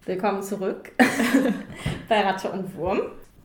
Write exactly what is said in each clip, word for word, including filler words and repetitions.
Willkommen zurück bei Ratte und Wurm.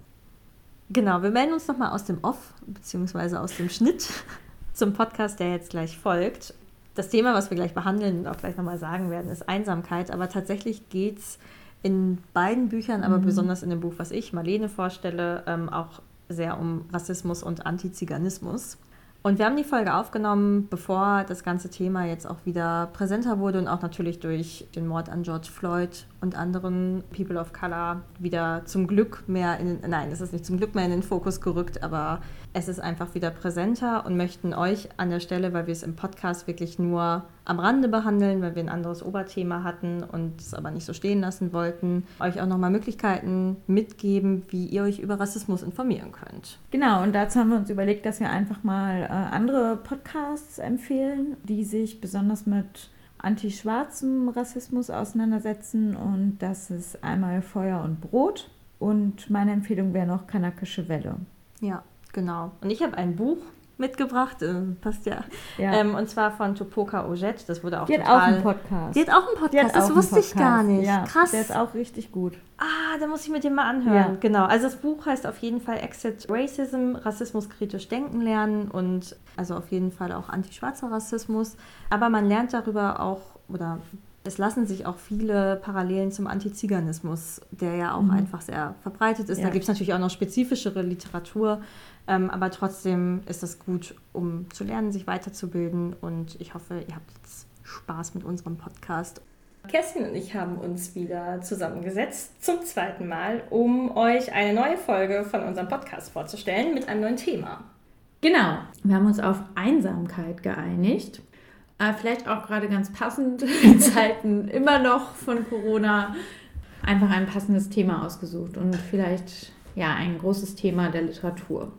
Genau, wir melden uns nochmal aus dem Off, beziehungsweise aus dem Schnitt zum Podcast, der jetzt gleich folgt. Das Thema, was wir gleich behandeln und auch gleich nochmal sagen werden, ist Einsamkeit. Aber tatsächlich geht es in beiden Büchern, aber mhm. besonders in dem Buch, was ich Marlene vorstelle, ähm, auch sehr um Rassismus und Antiziganismus. Und wir haben die Folge aufgenommen, bevor das ganze Thema jetzt auch wieder präsenter wurde und auch natürlich durch den Mord an George Floyd und anderen People of Color wieder zum Glück mehr in den, nein, es ist nicht zum Glück mehr in den Fokus gerückt, aber es ist einfach wieder präsenter und möchten euch an der Stelle, weil wir es im Podcast wirklich nur am Rande behandeln, weil wir ein anderes Oberthema hatten und es aber nicht so stehen lassen wollten, euch auch nochmal Möglichkeiten mitgeben, wie ihr euch über Rassismus informieren könnt. Genau, und dazu haben wir uns überlegt, dass wir einfach mal äh, andere Podcasts empfehlen, die sich besonders mit antischwarzem Rassismus auseinandersetzen, und das ist einmal Feuer und Brot und meine Empfehlung wäre noch Kanakische Welle. Ja, genau. Und ich habe ein Buch mitgebracht, äh, passt ja, ja. Ähm, und zwar von Tupoka Ojet, das wurde auch die total... Die hat auch einen Podcast. Die hat auch einen Podcast, das wusste ich gar nicht. Ja, krass. Der ist auch richtig gut. Ah, da muss ich mir den mal anhören. Ja. Genau, also das Buch heißt auf jeden Fall Exit Racism, Rassismus kritisch denken lernen und also auf jeden Fall auch antischwarzer Rassismus. Aber man lernt darüber auch, oder es lassen sich auch viele Parallelen zum Antiziganismus, der ja auch mhm. einfach sehr verbreitet ist. Ja. Da gibt es natürlich auch noch spezifischere Literatur, ähm, aber trotzdem ist das gut, um zu lernen, sich weiterzubilden, und ich hoffe, ihr habt jetzt Spaß mit unserem Podcast. Kerstin und ich haben uns wieder zusammengesetzt, zum zweiten Mal, um euch eine neue Folge von unserem Podcast vorzustellen mit einem neuen Thema. Genau, wir haben uns auf Einsamkeit geeinigt. Äh, vielleicht auch gerade ganz passend in Zeiten immer noch von Corona einfach ein passendes Thema ausgesucht und vielleicht ja ein großes Thema der Literatur.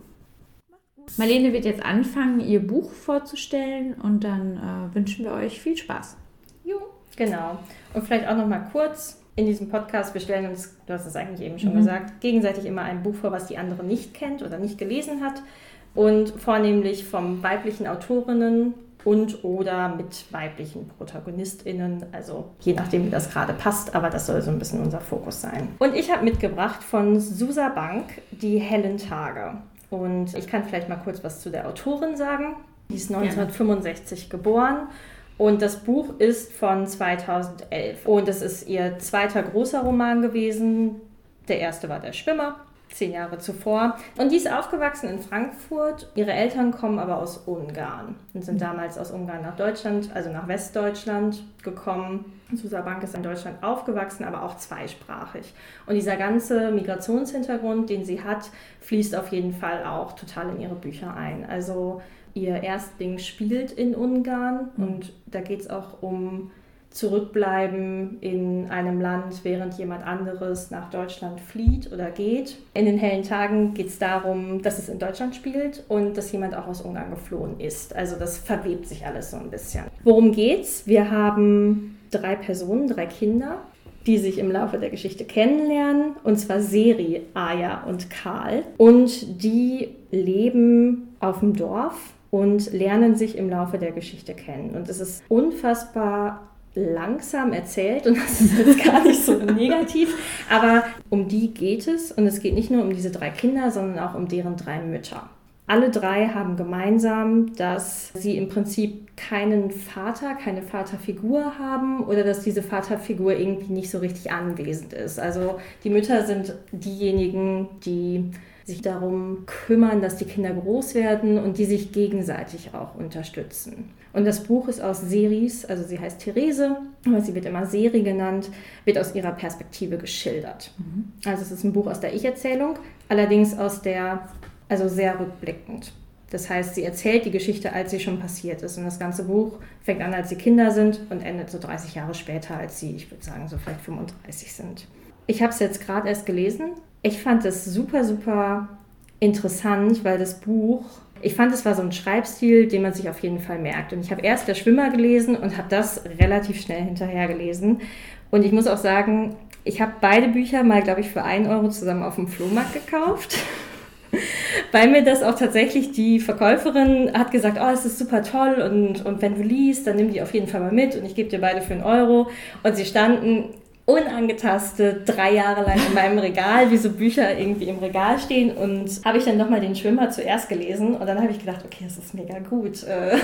Marlene wird jetzt anfangen, ihr Buch vorzustellen, und dann äh, wünschen wir euch viel Spaß. Jo, genau. Und vielleicht auch noch mal kurz in diesem Podcast, wir stellen uns, du hast es eigentlich eben schon mhm. gesagt, gegenseitig immer ein Buch vor, was die andere nicht kennt oder nicht gelesen hat, und vornehmlich von weiblichen Autorinnen und oder mit weiblichen ProtagonistInnen, also je nachdem, wie das gerade passt, aber das soll so ein bisschen unser Fokus sein. Und ich habe mitgebracht von Susa Bank die hellen Tage. Und ich kann vielleicht mal kurz was zu der Autorin sagen. Die ist neunzehnhundertfünfundsechzig ja. geboren und das Buch ist von zweitausendelf. Und es ist ihr zweiter großer Roman gewesen. Der erste war Der Schwimmer, zehn Jahre zuvor. Und die ist aufgewachsen in Frankfurt. Ihre Eltern kommen aber aus Ungarn und sind damals aus Ungarn nach Deutschland, also nach Westdeutschland gekommen. Susa Bank ist in Deutschland aufgewachsen, aber auch zweisprachig. Und dieser ganze Migrationshintergrund, den sie hat, fließt auf jeden Fall auch total in ihre Bücher ein. Also ihr Erstling spielt in Ungarn mhm. und da geht es auch um Zurückbleiben in einem Land, während jemand anderes nach Deutschland flieht oder geht. In den hellen Tagen geht es darum, dass es in Deutschland spielt und dass jemand auch aus Ungarn geflohen ist. Also das verwebt sich alles so ein bisschen. Worum geht's? Wir haben drei Personen, drei Kinder, die sich im Laufe der Geschichte kennenlernen, und zwar Seri, Aya und Karl. Und die leben auf dem Dorf und lernen sich im Laufe der Geschichte kennen. Und es ist unfassbar langsam erzählt, und das ist jetzt gar nicht so negativ, aber um die geht es, und es geht nicht nur um diese drei Kinder, sondern auch um deren drei Mütter. Alle drei haben gemeinsam, dass sie im Prinzip keinen Vater, keine Vaterfigur haben, oder dass diese Vaterfigur irgendwie nicht so richtig anwesend ist. Also die Mütter sind diejenigen, die sich darum kümmern, dass die Kinder groß werden und die sich gegenseitig auch unterstützen. Und das Buch ist aus Seris, also sie heißt Therese, aber sie wird immer Seri genannt, wird aus ihrer Perspektive geschildert. Mhm. Also es ist ein Buch aus der Ich-Erzählung, allerdings aus der, also sehr rückblickend. Das heißt, sie erzählt die Geschichte, als sie schon passiert ist. Und das ganze Buch fängt an, als sie Kinder sind, und endet so dreißig Jahre später, als sie, ich würde sagen, so vielleicht fünfunddreißig sind. Ich habe es jetzt gerade erst gelesen. Ich fand es super, super interessant, weil das Buch, ich fand, es war so ein Schreibstil, den man sich auf jeden Fall merkt. Und ich habe erst Der Schwimmer gelesen und habe das relativ schnell hinterher gelesen. Und ich muss auch sagen, ich habe beide Bücher mal, glaube ich, für einen Euro zusammen auf dem Flohmarkt gekauft. Weil mir das auch tatsächlich, die Verkäuferin hat gesagt, oh, es ist super toll, und, und wenn du liest, dann nimm die auf jeden Fall mal mit, und ich gebe dir beide für einen Euro. Und sie standen unangetastet drei Jahre lang in meinem Regal, wie so Bücher irgendwie im Regal stehen. Und habe ich dann nochmal den Schwimmer zuerst gelesen und dann habe ich gedacht, okay, das ist mega gut.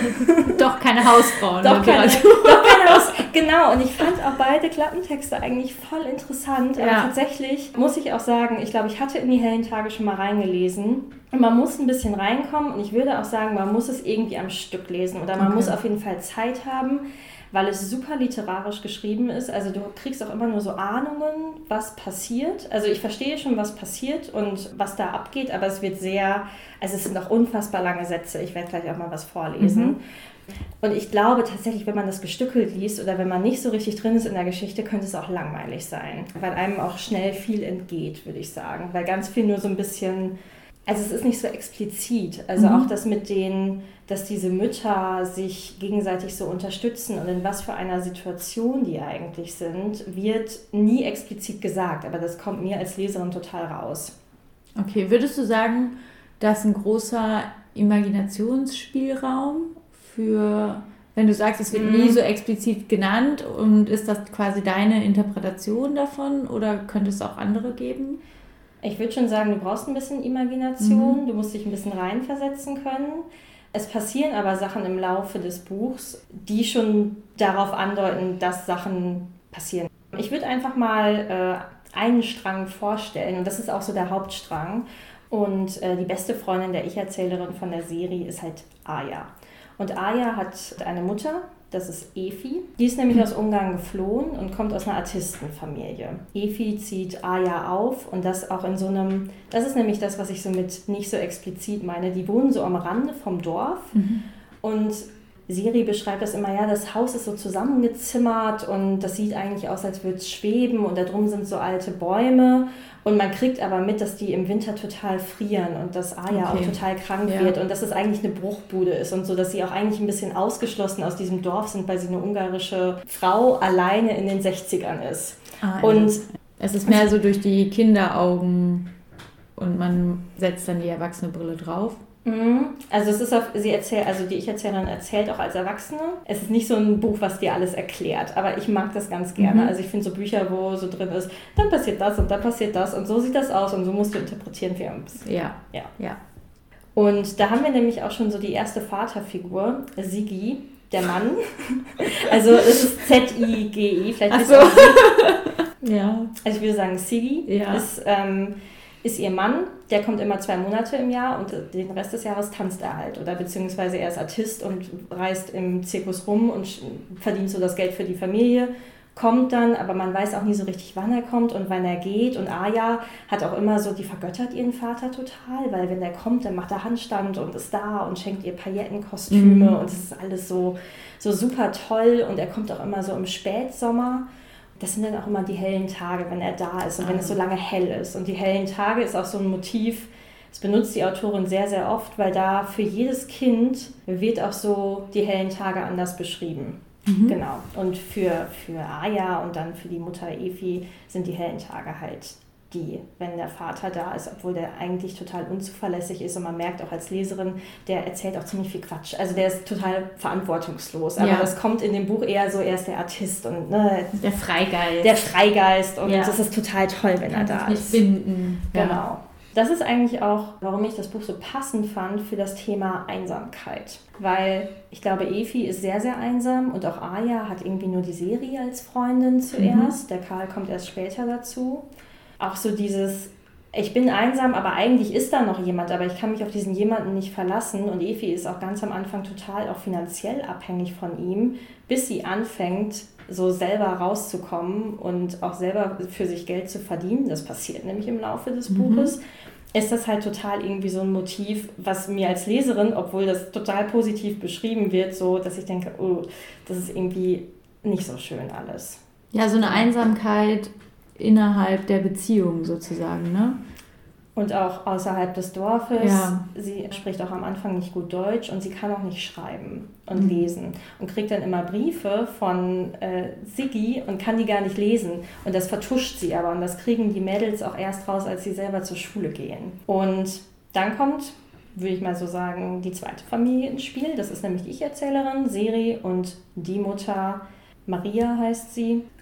Doch keine Hausfrauen. Doch keine, doch keine Haus. Genau, und ich fand auch beide Klappentexte eigentlich voll interessant. Aber ja. tatsächlich muss ich auch sagen, ich glaube, ich hatte in die hellen Tage schon mal reingelesen. Und man muss ein bisschen reinkommen und ich würde auch sagen, man muss es irgendwie am Stück lesen oder man okay. muss auf jeden Fall Zeit haben, weil es super literarisch geschrieben ist. Also du kriegst auch immer nur so Ahnungen, was passiert. Also ich verstehe schon, was passiert und was da abgeht, aber es wird sehr, also es sind auch unfassbar lange Sätze. Ich werde gleich auch mal was vorlesen. Mhm. Und ich glaube tatsächlich, wenn man das gestückelt liest oder wenn man nicht so richtig drin ist in der Geschichte, könnte es auch langweilig sein, weil einem auch schnell viel entgeht, würde ich sagen. Weil ganz viel nur so ein bisschen... Also es ist nicht so explizit, also mhm. auch das mit denen, dass diese Mütter sich gegenseitig so unterstützen und in was für einer Situation die eigentlich sind, wird nie explizit gesagt, aber das kommt mir als Leserin total raus. Okay, würdest du sagen, dass ein großer Imaginationsspielraum für, wenn du sagst, es wird mhm. nie so explizit genannt und ist das quasi deine Interpretation davon oder könnte es auch andere geben? Ich würde schon sagen, du brauchst ein bisschen Imagination, mhm. du musst dich ein bisschen reinversetzen können. Es passieren aber Sachen im Laufe des Buchs, die schon darauf andeuten, dass Sachen passieren. Ich würde einfach mal äh, einen Strang vorstellen und das ist auch so der Hauptstrang. Und äh, die beste Freundin der Ich-Erzählerin von der Serie ist halt Aya. Und Aya hat eine Mutter, das ist Efi. Die ist nämlich aus Ungarn geflohen und kommt aus einer Artistenfamilie. Efi zieht Aya auf und das auch in so einem, das ist nämlich das, was ich so mit nicht so explizit meine, die wohnen so am Rande vom Dorf mhm. und Siri beschreibt das immer, ja, das Haus ist so zusammengezimmert und das sieht eigentlich aus, als würde es schweben und da drum sind so alte Bäume und man kriegt aber mit, dass die im Winter total frieren und dass Aya okay. auch total krank ja. wird und dass es eigentlich eine Bruchbude ist und so, dass sie auch eigentlich ein bisschen ausgeschlossen aus diesem Dorf sind, weil sie eine ungarische Frau alleine in den sechzigern ist. Ah, und es ist mehr so durch die Kinderaugen und man setzt dann die Erwachsene-Brille drauf. Also es ist auf, sie erzählt, also die Ich-Erzählerin erzählt auch als Erwachsene. Es ist nicht so ein Buch, was dir alles erklärt, aber ich mag das ganz gerne. Mhm. Also ich finde so Bücher, wo so drin ist, dann passiert das und dann passiert das und so sieht das aus und so musst du interpretieren, wie ein bisschen. Ja. ja. ja. Und da haben wir nämlich auch schon so die erste Vaterfigur, Sigi, der Mann. Also es ist Z I G I, vielleicht Ach ist so. es auch ja. Also ich würde sagen, Sigi ja. ist... Ähm, ist ihr Mann, der kommt immer zwei Monate im Jahr und den Rest des Jahres tanzt er halt. Oder beziehungsweise er ist Artist und reist im Zirkus rum und verdient so das Geld für die Familie, kommt dann, aber man weiß auch nie so richtig, wann er kommt und wann er geht. Und Aya hat auch immer so, die vergöttert ihren Vater total, weil wenn der kommt, dann macht er Handstand und ist da und schenkt ihr Paillettenkostüme mhm. und es ist alles so, so super toll. Und er kommt auch immer so im Spätsommer. Das sind dann auch immer die hellen Tage, wenn er da ist und wenn es so lange hell ist. Und die hellen Tage ist auch so ein Motiv, das benutzt die Autorin sehr, sehr oft, weil da für jedes Kind wird auch so die hellen Tage anders beschrieben. Mhm. Genau. Und für, für Aya und dann für die Mutter Efi sind die hellen Tage halt die, wenn der Vater da ist, obwohl der eigentlich total unzuverlässig ist und man merkt auch als Leserin, der erzählt auch ziemlich viel Quatsch. Also der ist total verantwortungslos, aber ja. das kommt in dem Buch eher so, er ist der Artist und ne, der Freigeist. Der Freigeist und ja. das ist total toll, wenn Kann er da sich ist. Nicht binden. Genau. Ja. Das ist eigentlich auch, warum ich das Buch so passend fand für das Thema Einsamkeit. Weil ich glaube, Efi ist sehr, sehr einsam und auch Aya hat irgendwie nur die Siri als Freundin zuerst. Mhm. Der Karl kommt erst später dazu. Auch so dieses, ich bin einsam, aber eigentlich ist da noch jemand, aber ich kann mich auf diesen jemanden nicht verlassen. Und Efi ist auch ganz am Anfang total auch finanziell abhängig von ihm, bis sie anfängt, so selber rauszukommen und auch selber für sich Geld zu verdienen. Das passiert nämlich im Laufe des mhm. Buches. Ist das halt total irgendwie so ein Motiv, was mir als Leserin, obwohl das total positiv beschrieben wird, so, dass ich denke, oh, das ist irgendwie nicht so schön alles. Ja, so eine Einsamkeit innerhalb der Beziehung sozusagen, ne? Und auch außerhalb des Dorfes. Ja. Sie spricht auch am Anfang nicht gut Deutsch und sie kann auch nicht schreiben und mhm. lesen. Und kriegt dann immer Briefe von äh, Sigi und kann die gar nicht lesen. Und das vertuscht sie aber. Und das kriegen die Mädels auch erst raus, als sie selber zur Schule gehen. Und dann kommt, würde ich mal so sagen, die zweite Familie ins Spiel. Das ist nämlich die Ich-Erzählerin, Seri und die Mutter, Maria heißt sie.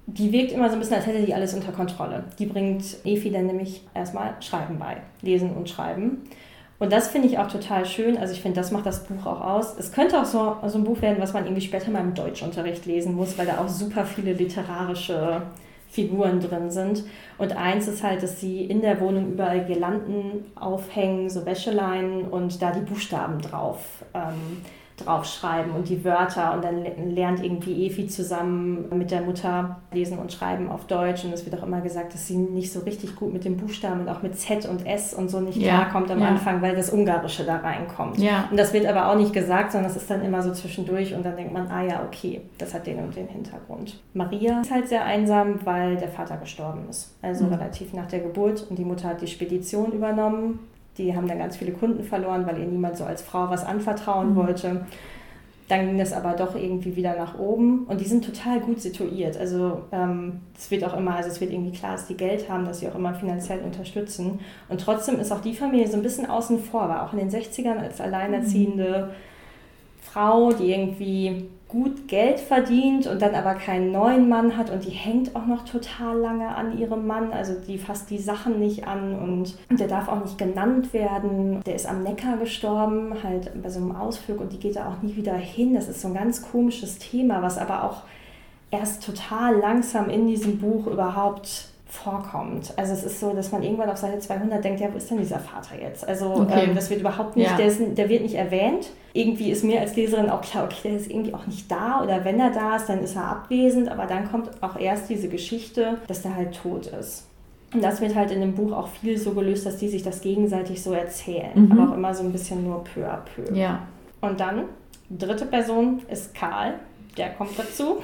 die wirkt immer so ein bisschen, als hätte die alles unter Kontrolle. Die bringt Efi dann nämlich erstmal Schreiben bei, Lesen und Schreiben. Und das finde ich auch total schön. Also ich finde, das macht das Buch auch aus. Es könnte auch so, so ein Buch werden, was man irgendwie später mal im Deutschunterricht lesen muss, weil da auch super viele literarische Figuren drin sind. Und eins ist halt, dass sie in der Wohnung überall Girlanden aufhängen, so Wäscheleinen und da die Buchstaben drauf ähm, draufschreiben und die Wörter und dann lernt irgendwie Efi zusammen mit der Mutter lesen und schreiben auf Deutsch und es wird auch immer gesagt, dass sie nicht so richtig gut mit den Buchstaben und auch mit Z und S und so nicht ja, klarkommt am ja. Anfang, weil das Ungarische da reinkommt. Ja. Und das wird aber auch nicht gesagt, sondern das ist dann immer so zwischendurch und dann denkt man, ah ja, okay, das hat den und den Hintergrund. Maria ist halt sehr einsam, weil der Vater gestorben ist, also mhm. relativ nach der Geburt und die Mutter hat die Spedition übernommen. Die haben dann ganz viele Kunden verloren, weil ihr niemand so als Frau was anvertrauen mhm. wollte. Dann ging das aber doch irgendwie wieder nach oben und die sind total gut situiert. Also ähm, es wird auch immer, also es wird irgendwie klar, dass die Geld haben, dass sie auch immer finanziell unterstützen. Und trotzdem ist auch die Familie so ein bisschen außen vor, war auch in den sechzigern als alleinerziehende mhm. Frau, die irgendwie gut Geld verdient und dann aber keinen neuen Mann hat und die hängt auch noch total lange an ihrem Mann, also die fasst die Sachen nicht an und der darf auch nicht genannt werden. Der ist am Neckar gestorben, halt bei so einem Ausflug und die geht da auch nie wieder hin. Das ist so ein ganz komisches Thema, was aber auch erst total langsam in diesem Buch überhaupt vorkommt. Also es ist so, dass man irgendwann auf Seite zweihundert denkt, ja, wo ist denn dieser Vater jetzt? Also okay. ähm, das wird überhaupt nicht, ja. der, ist, der wird nicht erwähnt. Irgendwie ist mir als Leserin auch klar, okay, der ist irgendwie auch nicht da oder wenn er da ist, dann ist er abwesend, aber dann kommt auch erst diese Geschichte, dass der halt tot ist. Und das wird halt in dem Buch auch viel so gelöst, dass die sich das gegenseitig so erzählen, mhm. aber auch immer so ein bisschen nur peu à peu. Ja. Und dann, dritte Person ist Karl, der kommt dazu.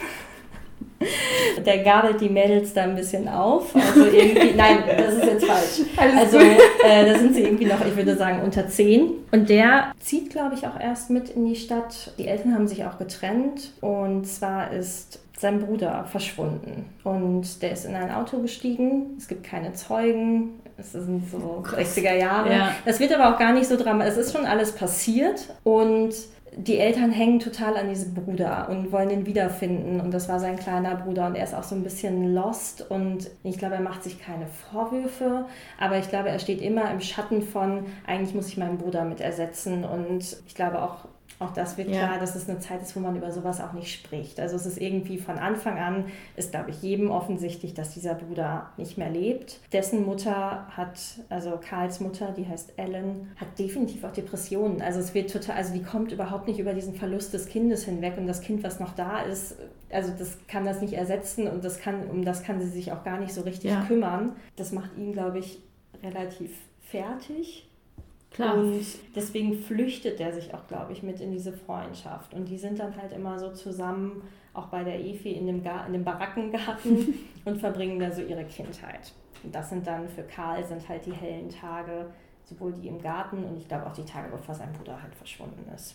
Der gabelt die Mädels da ein bisschen auf. Also irgendwie, nein, das ist jetzt falsch. Alles also äh, da sind sie irgendwie noch, ich würde sagen, unter zehn. Und der zieht, glaube ich, auch erst mit in die Stadt. Die Eltern haben sich auch getrennt. Und zwar ist sein Bruder verschwunden. Und der ist in ein Auto gestiegen. Es gibt keine Zeugen. Es sind so sechziger Jahre. Ja. Das wird aber auch gar nicht so dramatisch. Es ist schon alles passiert. Und die Eltern hängen total an diesem Bruder und wollen ihn wiederfinden. Und das war sein kleiner Bruder und er ist auch so ein bisschen lost. Und ich glaube, er macht sich keine Vorwürfe, aber ich glaube, er steht immer im Schatten von, eigentlich muss ich meinen Bruder mit ersetzen. Und ich glaube auch, auch das wird klar, ja. dass es eine Zeit ist, wo man über sowas auch nicht spricht. Also es ist irgendwie von Anfang an, ist glaube ich jedem offensichtlich, dass dieser Bruder nicht mehr lebt. Dessen Mutter hat, also Karls Mutter, die heißt Ellen, hat definitiv auch Depressionen. Also es wird total, also die kommt überhaupt nicht über diesen Verlust des Kindes hinweg und das Kind, was noch da ist, also das kann das nicht ersetzen und das kann, um das kann sie sich auch gar nicht so richtig ja. kümmern. Das macht ihn, glaube ich, relativ fertig. Klar. Und deswegen flüchtet er sich auch, glaube ich, mit in diese Freundschaft. Und die sind dann halt immer so zusammen, auch bei der Efi in dem, Gar- in dem Barackengarten und verbringen da so ihre Kindheit. Und das sind dann für Karl sind halt die hellen Tage, sowohl die im Garten und ich glaube auch die Tage, bevor sein Bruder halt verschwunden ist.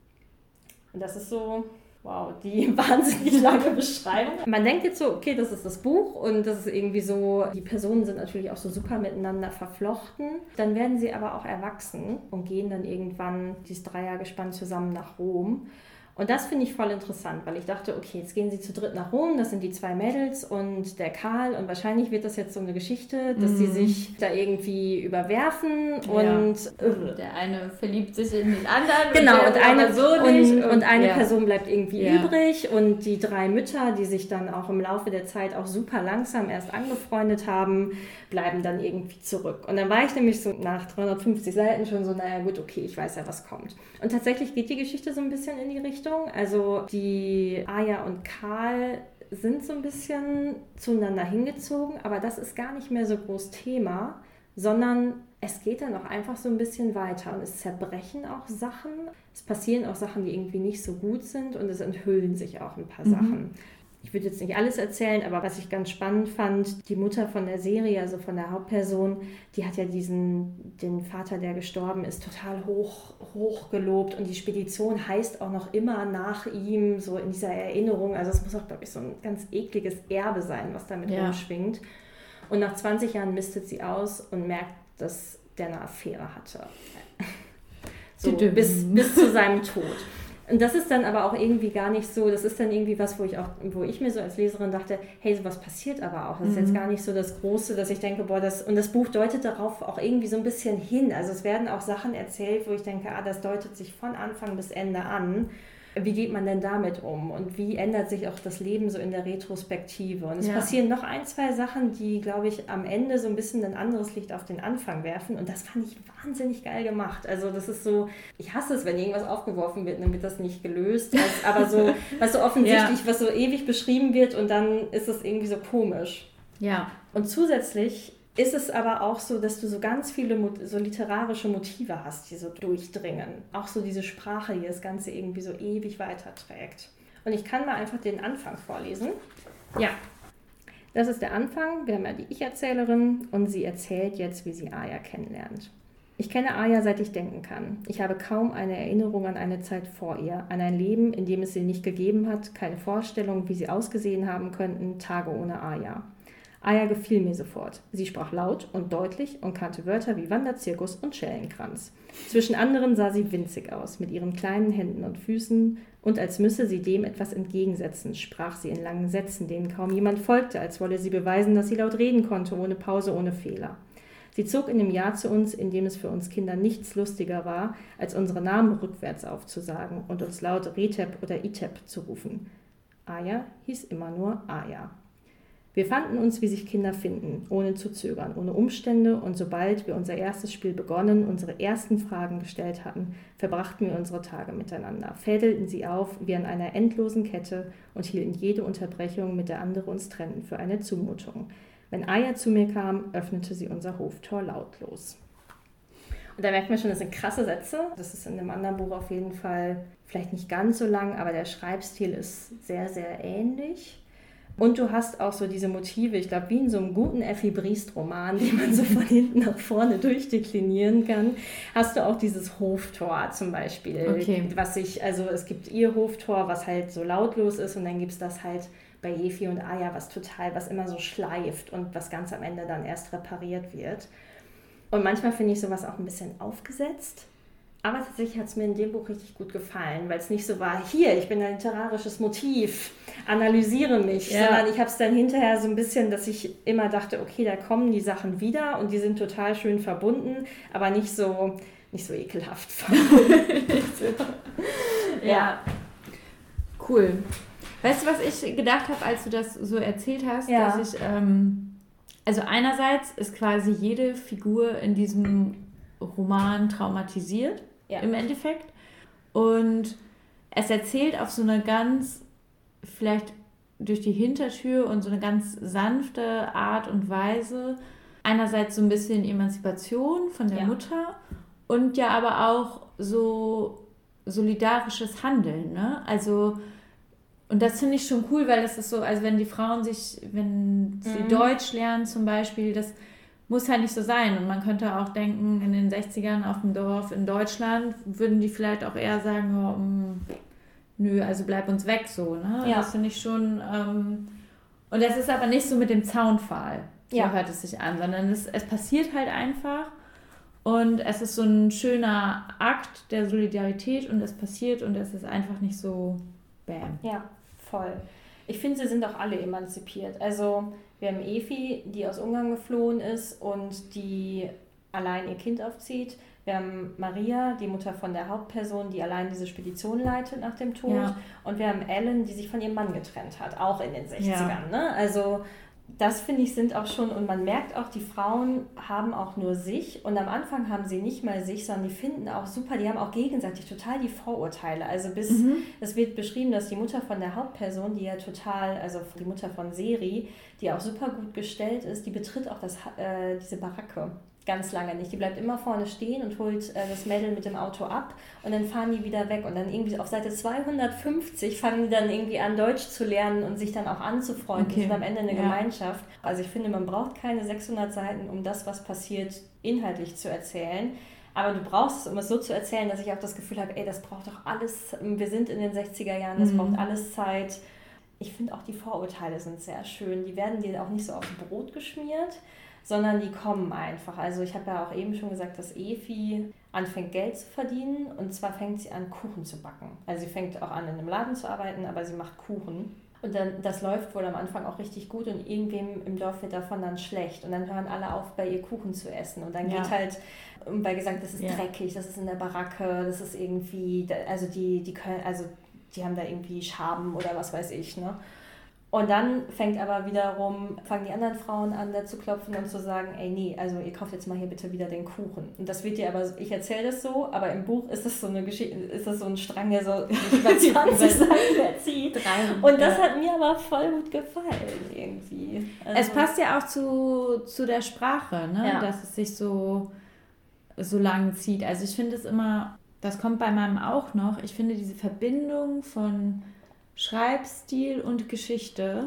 Und das ist so... Wow, die wahnsinnig lange Beschreibung. Man denkt jetzt so, okay, das ist das Buch und das ist irgendwie so, die Personen sind natürlich auch so super miteinander verflochten. Dann werden sie aber auch erwachsen und gehen dann irgendwann dieses Dreiergespann zusammen nach Rom. Und das finde ich voll interessant, weil ich dachte, okay, jetzt gehen sie zu dritt nach Rom, das sind die zwei Mädels und der Karl und wahrscheinlich wird das jetzt so eine Geschichte, dass mm. sie sich da irgendwie überwerfen und... Ja. Der eine verliebt sich in den anderen genau, und, und eine, so nicht. Und, und, und eine ja. Person bleibt irgendwie ja. übrig und die drei Mütter, die sich dann auch im Laufe der Zeit auch super langsam erst angefreundet haben, bleiben dann irgendwie zurück. Und dann war ich nämlich so nach dreihundertfünfzig Seiten schon so, naja gut, okay, ich weiß ja, was kommt. Und tatsächlich geht die Geschichte so ein bisschen in die Richtung. Also die Aya und Karl sind so ein bisschen zueinander hingezogen, aber das ist gar nicht mehr so groß Thema, sondern es geht dann auch einfach so ein bisschen weiter und es zerbrechen auch Sachen. Es passieren auch Sachen, die irgendwie nicht so gut sind und es enthüllen sich auch ein paar mhm. Sachen. Ich würde jetzt nicht alles erzählen, aber was ich ganz spannend fand, die Mutter von der Serie, also von der Hauptperson, die hat ja diesen, den Vater, der gestorben ist, total hoch, hoch gelobt und die Spedition heißt auch noch immer nach ihm, so in dieser Erinnerung. Also es muss auch, glaube ich, so ein ganz ekliges Erbe sein, was damit ja. rumschwingt. Und nach zwanzig Jahren mistet sie aus und merkt, dass der eine Affäre hatte. So bis, bis zu seinem Tod. Und das ist dann aber auch irgendwie gar nicht so, das ist dann irgendwie was, wo ich auch, wo ich mir so als Leserin dachte, hey, sowas passiert aber auch. Das ist mhm. jetzt gar nicht so das Große, dass ich denke, boah, das, und das Buch deutet darauf auch irgendwie so ein bisschen hin. Also es werden auch Sachen erzählt, wo ich denke, ah, das deutet sich von Anfang bis Ende an. Wie geht man denn damit um? Und wie ändert sich auch das Leben so in der Retrospektive? Und es ja. passieren noch ein, zwei Sachen, die, glaube ich, am Ende so ein bisschen ein anderes Licht auf den Anfang werfen. Und das fand ich wahnsinnig geil gemacht. Also das ist so, ich hasse es, wenn irgendwas aufgeworfen wird, dann wird das nicht gelöst. Also, aber so, was so offensichtlich, ja. was so ewig beschrieben wird und dann ist es irgendwie so komisch. Ja. Und zusätzlich ist es aber auch so, dass du so ganz viele so literarische Motive hast, die so durchdringen. Auch so diese Sprache, die das Ganze irgendwie so ewig weiterträgt. Und ich kann mal einfach den Anfang vorlesen. Ja, das ist der Anfang. Wir haben ja die Ich-Erzählerin und sie erzählt jetzt, wie sie Aya kennenlernt. Ich kenne Aya, seit ich denken kann. Ich habe kaum eine Erinnerung an eine Zeit vor ihr, an ein Leben, in dem es sie nicht gegeben hat, keine Vorstellung, wie sie ausgesehen haben könnten, Tage ohne Aya. Aya gefiel mir sofort. Sie sprach laut und deutlich und kannte Wörter wie Wanderzirkus und Schellenkranz. Zwischen anderen sah sie winzig aus, mit ihren kleinen Händen und Füßen, und als müsse sie dem etwas entgegensetzen, sprach sie in langen Sätzen, denen kaum jemand folgte, als wolle sie beweisen, dass sie laut reden konnte, ohne Pause, ohne Fehler. Sie zog in dem Jahr zu uns, in dem es für uns Kinder nichts lustiger war, als unsere Namen rückwärts aufzusagen und uns laut Retep oder Itep zu rufen. Aya hieß immer nur Aya. Wir fanden uns, wie sich Kinder finden, ohne zu zögern, ohne Umstände, und sobald wir unser erstes Spiel begonnen, unsere ersten Fragen gestellt hatten, verbrachten wir unsere Tage miteinander, fädelten sie auf wie an einer endlosen Kette und hielten jede Unterbrechung, mit der andere uns trennten, für eine Zumutung. Wenn Aya zu mir kam, öffnete sie unser Hoftor lautlos. Und da merkt man schon, das sind krasse Sätze. Das ist in einem anderen Buch auf jeden Fall vielleicht nicht ganz so lang, aber der Schreibstil ist sehr, sehr ähnlich. Und du hast auch so diese Motive, ich glaube, wie in so einem guten Effi Briest-Roman, den man so von hinten nach vorne durchdeklinieren kann, hast du auch dieses Hoftor zum Beispiel. Okay. Was ich, also es gibt ihr Hoftor, was halt so lautlos ist, und dann gibt es das halt bei Efi und Aya, was total, was immer so schleift und was ganz am Ende dann erst repariert wird. Und manchmal finde ich sowas auch ein bisschen aufgesetzt. Aber tatsächlich hat es mir in dem Buch richtig gut gefallen, weil es nicht so war, hier, ich bin ein literarisches Motiv, analysiere mich, ja. sondern ich habe es dann hinterher so ein bisschen, dass ich immer dachte, okay, da kommen die Sachen wieder und die sind total schön verbunden, aber nicht so, nicht so ekelhaft verbunden. ja. ja, cool. Weißt du, was ich gedacht habe, als du das so erzählt hast, ja. dass ich, ähm, also einerseits ist quasi jede Figur in diesem Roman traumatisiert. Ja. Im Endeffekt. Und es erzählt auf so eine ganz, vielleicht durch die Hintertür und so eine ganz sanfte Art und Weise, einerseits so ein bisschen Emanzipation von der ja. Mutter und ja aber auch so solidarisches Handeln, ne? Also, und das finde ich schon cool, weil das ist so, also wenn die Frauen sich, wenn sie mhm. Deutsch lernen zum Beispiel, das muss halt nicht so sein. Und man könnte auch denken, in den sechzigern auf dem Dorf in Deutschland würden die vielleicht auch eher sagen, oh, mh, nö, also bleib uns weg so. Ne? Ja. Das finde ich schon. Ähm, und das ist aber nicht so mit dem Zaunpfahl. So ja. hört es sich an, sondern es, es passiert halt einfach. Und es ist so ein schöner Akt der Solidarität und es passiert und es ist einfach nicht so bam. Ja, voll. Ich finde, sie sind auch alle emanzipiert. Also wir haben Efi, die aus Ungarn geflohen ist und die allein ihr Kind aufzieht. Wir haben Maria, die Mutter von der Hauptperson, die allein diese Spedition leitet nach dem Tod. Ja. Und wir haben Ellen, die sich von ihrem Mann getrennt hat, auch in den sechzigern. Ja. Ne? Also das, finde ich, sind auch schon, und man merkt auch, die Frauen haben auch nur sich, und am Anfang haben sie nicht mal sich, sondern die finden auch super, die haben auch gegenseitig total die Vorurteile. Also bis, mhm. es wird beschrieben, dass die Mutter von der Hauptperson, die ja total, also die Mutter von Seri, die auch super gut gestellt ist, die betritt auch das, äh, diese Baracke ganz lange nicht. Die bleibt immer vorne stehen und holt äh, das Mädel mit dem Auto ab und dann fahren die wieder weg. Und dann irgendwie auf Seite zweihundertfünfzig fangen die dann irgendwie an, Deutsch zu lernen und sich dann auch anzufreunden. Okay. Die sind am Ende eine ja. Gemeinschaft. Also ich finde, man braucht keine sechshundert Seiten, um das, was passiert, inhaltlich zu erzählen. Aber du brauchst es, um es so zu erzählen, dass ich auch das Gefühl habe, ey, das braucht doch alles, wir sind in den sechziger Jahren, das mhm. braucht alles Zeit. ich finde auch die Vorurteile sind sehr schön. Die werden dir auch nicht so aufs Brot geschmiert, sondern die kommen einfach. Also ich habe ja auch eben schon gesagt, dass Efi anfängt Geld zu verdienen und zwar fängt sie an, Kuchen zu backen. Also sie fängt auch an, in einem Laden zu arbeiten, aber sie macht Kuchen. Und dann, das läuft wohl am Anfang auch richtig gut und irgendwem im Dorf wird davon dann schlecht. Und dann hören alle auf, bei ihr Kuchen zu essen. Und dann ja. geht halt, weil gesagt, das ist ja. dreckig, das ist in der Baracke, das ist irgendwie, also die, die können, also die haben da irgendwie Schaben oder was weiß ich, ne? Und dann fängt aber wiederum, fangen die anderen Frauen an, da zu klopfen und zu sagen, ey, nee, also ihr kauft jetzt mal hier bitte wieder den Kuchen. Und das wird dir aber, ich erzähle das so, aber im Buch ist das so eine Geschichte, ist das so ein Strang, der so über zwanzig Seiten überzieht. Und das hat mir aber voll gut gefallen, irgendwie. Also es passt ja auch zu, zu der Sprache, ne? Ja. Dass es sich so, so lang zieht. Also ich finde es immer, das kommt bei meinem auch noch, ich finde diese Verbindung von Schreibstil und Geschichte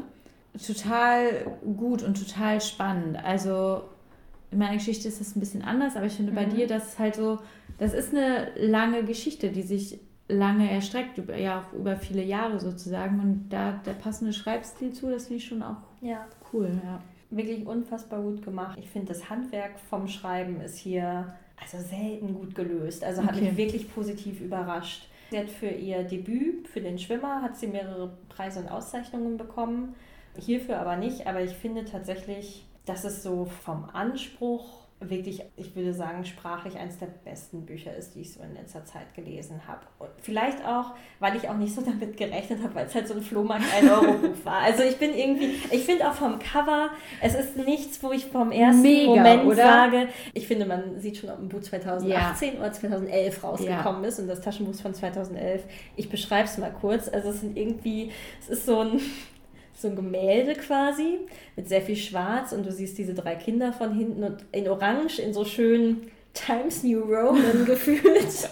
total gut und total spannend. Also in meiner Geschichte ist es ein bisschen anders, aber ich finde bei mhm. dir, das ist halt so, das ist eine lange Geschichte, die sich lange erstreckt, über, ja auch über viele Jahre sozusagen, und da der passende Schreibstil zu, das finde ich schon auch ja. cool. Ja. Wirklich unfassbar gut gemacht. Ich finde, das Handwerk vom Schreiben ist hier also selten gut gelöst. Also hat okay. mich wirklich positiv überrascht. Sie hat für ihr Debüt, für den Schwimmer, hat sie mehrere Preise und Auszeichnungen bekommen. Hierfür aber nicht, aber ich finde tatsächlich, dass es so vom Anspruch wirklich, ich würde sagen, sprachlich eines der besten Bücher ist, die ich so in letzter Zeit gelesen habe. Und vielleicht auch, weil ich auch nicht so damit gerechnet habe, weil es halt so ein Flohmarkt ein Euro Buch war. Also ich bin irgendwie, ich finde auch vom Cover, es ist nichts, wo ich vom ersten Mega, Moment oder? sage, ich finde, man sieht schon, ob ein Buch zwanzig achtzehn ja. oder zwanzig elf rausgekommen ja. ist und das Taschenbuch ist von zwanzig elf. Ich beschreibe es mal kurz. Also es sind irgendwie, es ist so ein so ein Gemälde quasi mit sehr viel Schwarz und du siehst diese drei Kinder von hinten und in Orange, in so schön Times New Roman gefühlt,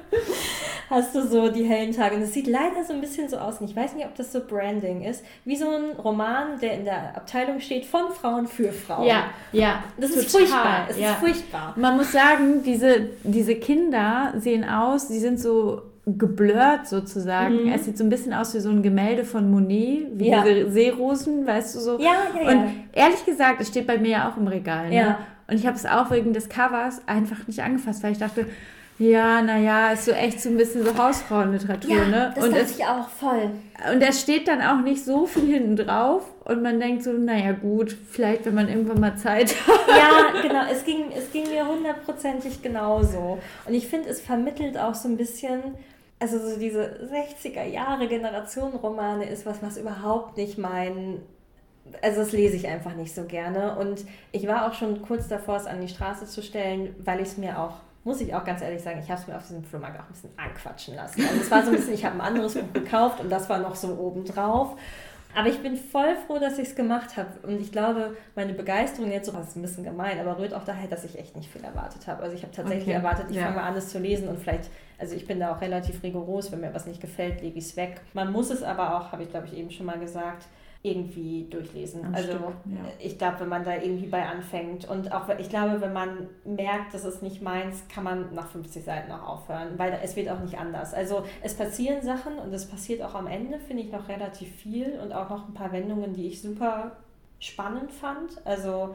hast du so die hellen Tage. Und es sieht leider so ein bisschen so aus, und ich weiß nicht, ob das so Branding ist, wie so ein Roman, der in der Abteilung steht, von Frauen für Frauen. Ja, ja. Das total, ist furchtbar. Es ja. ist furchtbar. Man muss sagen, diese, diese Kinder sehen aus, die sind so geblurrt sozusagen. Mhm. Es sieht so ein bisschen aus wie so ein Gemälde von Monet, wie ja. diese Seerosen, weißt du so. Ja, ja, und ja. ehrlich gesagt, es steht bei mir ja auch im Regal. Ne? Ja. Und ich habe es auch wegen des Covers einfach nicht angefasst, weil ich dachte, ja, naja, ist so echt so ein bisschen so Hausfrauenliteratur, ja, ne? das und dachte es, ich auch voll. Und es steht dann auch nicht so viel hinten drauf und man denkt so, naja gut, vielleicht wenn man irgendwann mal Zeit hat. Ja, genau, es ging, es ging mir hundertprozentig genauso. Und ich finde, es vermittelt auch so ein bisschen, also so diese sechziger Jahre Generationenromane ist was, was überhaupt nicht mein, also das lese ich einfach nicht so gerne. Und ich war auch schon kurz davor, es an die Straße zu stellen, weil ich es mir auch, muss ich auch ganz ehrlich sagen, ich habe es mir auf diesem Flohmarkt auch ein bisschen anquatschen lassen. Also es war so ein bisschen, ich habe ein anderes Buch gekauft und das war noch so obendrauf. Aber ich bin voll froh, dass ich es gemacht habe. Und ich glaube, meine Begeisterung jetzt, so, das ist ein bisschen gemein, aber rührt auch daher, dass ich echt nicht viel erwartet habe. Also ich habe tatsächlich okay. erwartet, ich ja. fange an, es zu lesen und vielleicht, also ich bin da auch relativ rigoros, wenn mir was nicht gefällt, lege ich es weg. Man muss es aber auch, habe ich glaube ich eben schon mal gesagt, irgendwie durchlesen. Ein also Stück, ja. ich glaube, wenn man da irgendwie bei anfängt und auch, ich glaube, wenn man merkt, das ist nicht meins, kann man nach fünfzig Seiten auch aufhören, weil es wird auch nicht anders. Also es passieren Sachen und es passiert auch am Ende, finde ich, noch relativ viel und auch noch ein paar Wendungen, die ich super spannend fand. Also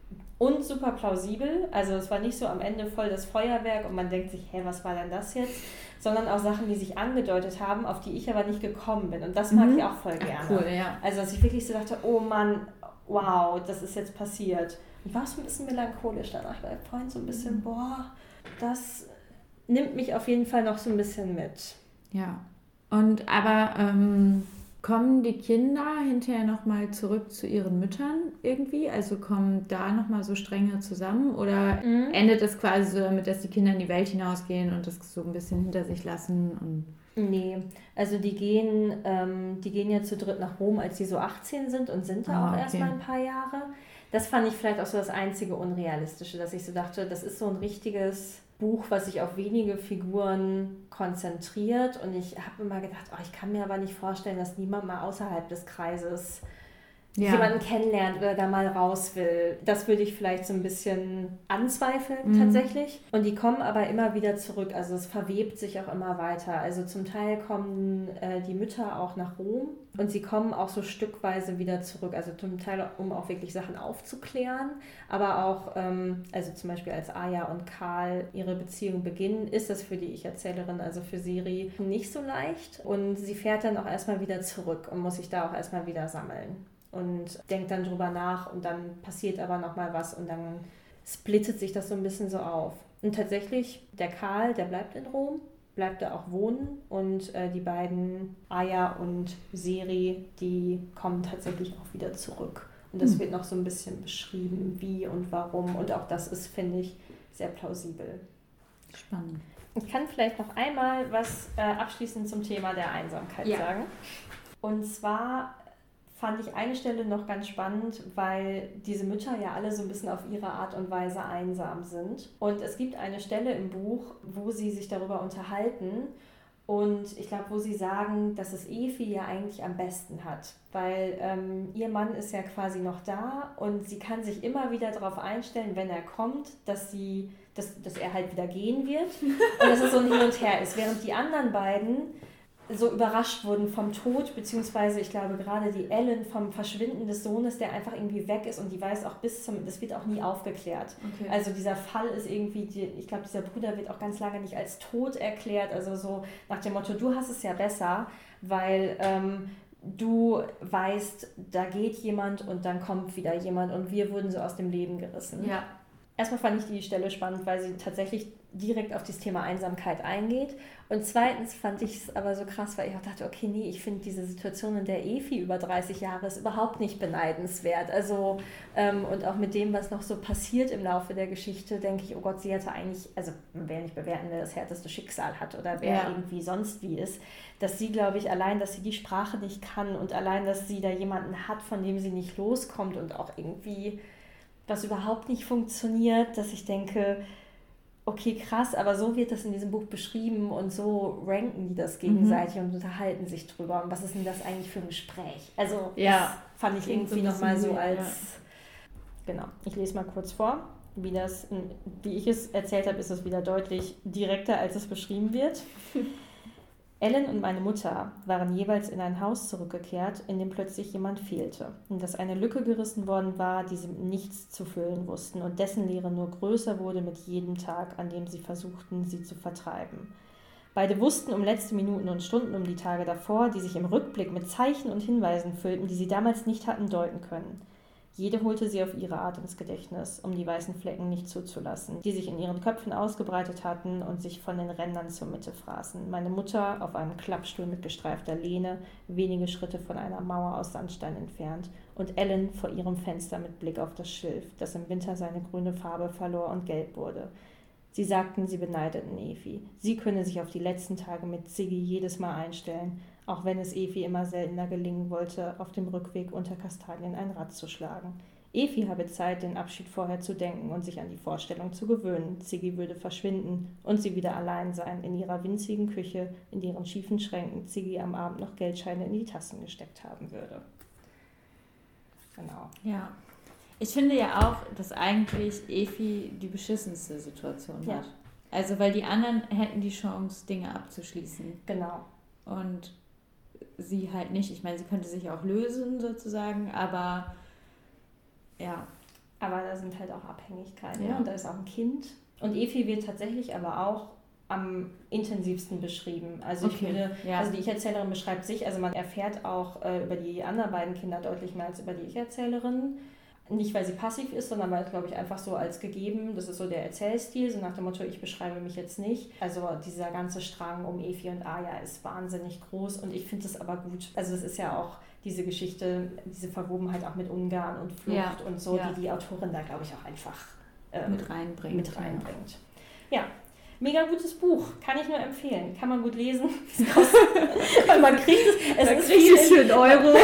und super plausibel. Also es war nicht so am Ende voll das Feuerwerk und man denkt sich, hä, was war denn das jetzt? Sondern auch Sachen, die sich angedeutet haben, auf die ich aber nicht gekommen bin. Und das mag mhm. ich auch voll gerne. Ach, cool, ja. Also dass ich wirklich so dachte, oh Mann, wow, das ist jetzt passiert. Ich war so ein bisschen melancholisch danach, weil vorhin so ein bisschen, mhm. boah, das nimmt mich auf jeden Fall noch so ein bisschen mit. Ja, und aber ähm, kommen die Kinder hinterher nochmal zurück zu ihren Müttern irgendwie? Also kommen da nochmal so Stränge zusammen? Oder mhm. endet das quasi so damit, dass die Kinder in die Welt hinausgehen und das so ein bisschen hinter sich lassen? Und nee, also die gehen, ähm, die gehen ja zu dritt nach Rom, als sie so achtzehn sind und sind da ah, auch okay. erstmal ein paar Jahre. Das fand ich vielleicht auch so das einzige Unrealistische, dass ich so dachte, das ist so ein richtiges Buch, was sich auf wenige Figuren konzentriert, und ich habe immer gedacht, oh, ich kann mir aber nicht vorstellen, dass niemand mal außerhalb des Kreises ja. jemanden kennenlernt oder da mal raus will. Das würde ich vielleicht so ein bisschen anzweifeln mhm. tatsächlich. Und die kommen aber immer wieder zurück. Also es verwebt sich auch immer weiter. Also zum Teil kommen äh, die Mütter auch nach Rom und sie kommen auch so stückweise wieder zurück. Also zum Teil, um auch wirklich Sachen aufzuklären. Aber auch, ähm, also zum Beispiel als Aya und Karl ihre Beziehung beginnen, ist das für die Ich-Erzählerin, also für Siri, nicht so leicht. Und sie fährt dann auch erstmal wieder zurück und muss sich da auch erstmal wieder sammeln. Und denkt dann drüber nach und dann passiert aber nochmal was und dann splittet sich das so ein bisschen so auf. Und tatsächlich, der Karl, der bleibt in Rom, bleibt da auch wohnen und äh, die beiden, Aya und Siri, die kommen tatsächlich auch wieder zurück. Und das mhm. wird noch so ein bisschen beschrieben, wie und warum. Und auch das ist, finde ich, sehr plausibel. Spannend. Ich kann vielleicht noch einmal was äh, abschließend zum Thema der Einsamkeit ja. sagen. Und zwar fand ich eine Stelle noch ganz spannend, weil diese Mütter ja alle so ein bisschen auf ihre Art und Weise einsam sind. Und es gibt eine Stelle im Buch, wo sie sich darüber unterhalten und ich glaube, wo sie sagen, dass es Efi ja eigentlich am besten hat, weil ähm, ihr Mann ist ja quasi noch da und sie kann sich immer wieder darauf einstellen, wenn er kommt, dass sie, dass, dass er halt wieder gehen wird und dass es so ein Hin und Her ist, während die anderen beiden so überrascht wurden vom Tod, beziehungsweise ich glaube gerade die Ellen vom Verschwinden des Sohnes, der einfach irgendwie weg ist und die weiß auch bis zum, das wird auch nie aufgeklärt. Okay. Also dieser Fall ist irgendwie, die, ich glaube dieser Bruder wird auch ganz lange nicht als tot erklärt, also so nach dem Motto, du hast es ja besser, weil ähm, du weißt, da geht jemand und dann kommt wieder jemand und wir wurden so aus dem Leben gerissen. Ja. Erstmal fand ich die Stelle spannend, weil sie tatsächlich direkt auf das Thema Einsamkeit eingeht. Und zweitens fand ich es aber so krass, weil ich auch dachte, okay, nee, ich finde diese Situation, in der Efi über dreißig Jahre ist, überhaupt nicht beneidenswert. Also, ähm, und auch mit dem, was noch so passiert im Laufe der Geschichte, denke ich, oh Gott, sie hatte eigentlich, also man will nicht bewerten, wer das härteste Schicksal hat oder wer ja. irgendwie sonst wie ist, dass sie, glaube ich, allein, dass sie die Sprache nicht kann und allein, dass sie da jemanden hat, von dem sie nicht loskommt und auch irgendwie was überhaupt nicht funktioniert, dass ich denke, okay, krass, aber so wird das in diesem Buch beschrieben und so ranken die das gegenseitig mhm. und unterhalten sich drüber. Und was ist denn das eigentlich für ein Gespräch? Also ja. das fand ich irgendwie so nochmal so als... Ja. Genau, ich lese mal kurz vor. Wie, das, wie ich es erzählt habe, ist es wieder deutlich direkter, als es beschrieben wird. Ellen und meine Mutter waren jeweils in ein Haus zurückgekehrt, in dem plötzlich jemand fehlte, in das eine Lücke gerissen worden war, die sie mit nichts zu füllen wussten und dessen Leere nur größer wurde mit jedem Tag, an dem sie versuchten, sie zu vertreiben. Beide wussten um letzte Minuten und Stunden um die Tage davor, die sich im Rückblick mit Zeichen und Hinweisen füllten, die sie damals nicht hatten deuten können. Jede holte sie auf ihre Art ins Gedächtnis, um die weißen Flecken nicht zuzulassen, die sich in ihren Köpfen ausgebreitet hatten und sich von den Rändern zur Mitte fraßen. Meine Mutter auf einem Klappstuhl mit gestreifter Lehne, wenige Schritte von einer Mauer aus Sandstein entfernt, und Ellen vor ihrem Fenster mit Blick auf das Schilf, das im Winter seine grüne Farbe verlor und gelb wurde. Sie sagten, sie beneideten Efi. Sie könne sich auf die letzten Tage mit Ziggy jedes Mal einstellen, auch wenn es Efi immer seltener gelingen wollte, auf dem Rückweg unter Kastanien ein Rad zu schlagen. Efi habe Zeit, den Abschied vorher zu denken und sich an die Vorstellung zu gewöhnen. Ziggy würde verschwinden und sie wieder allein sein in ihrer winzigen Küche, in deren schiefen Schränken Ziggy am Abend noch Geldscheine in die Tassen gesteckt haben würde. Genau. Ja. Ich finde ja auch, dass eigentlich Efi die beschissenste Situation ja. hat. Also, weil die anderen hätten die Chance, Dinge abzuschließen. Genau. Und sie halt nicht. Ich meine, sie könnte sich auch lösen sozusagen, aber ja. Aber da sind halt auch Abhängigkeiten. Ja. Ne? Und da ist auch ein Kind. Und Efi wird tatsächlich aber auch am intensivsten beschrieben. Also ich okay. würde, ja. also die Ich-Erzählerin beschreibt sich, also man erfährt auch äh, über die anderen beiden Kinder deutlich mehr als über die Ich-Erzählerin. Nicht, weil sie passiv ist, sondern weil es, glaube ich, einfach so als gegeben, das ist so der Erzählstil, so nach dem Motto, ich beschreibe mich jetzt nicht. Also dieser ganze Strang um Efi und Aya ist wahnsinnig groß und ich finde es aber gut. Also es ist ja auch diese Geschichte, diese Verwobenheit auch mit Ungarn und Flucht ja. und so, ja. die die Autorin da, glaube ich, auch einfach ähm, mit reinbringt. Mit reinbringt. Ja. ja. Mega gutes Buch, kann ich nur empfehlen. Kann man gut lesen. Weil man kriegt es. Es ist viel für einen Euro.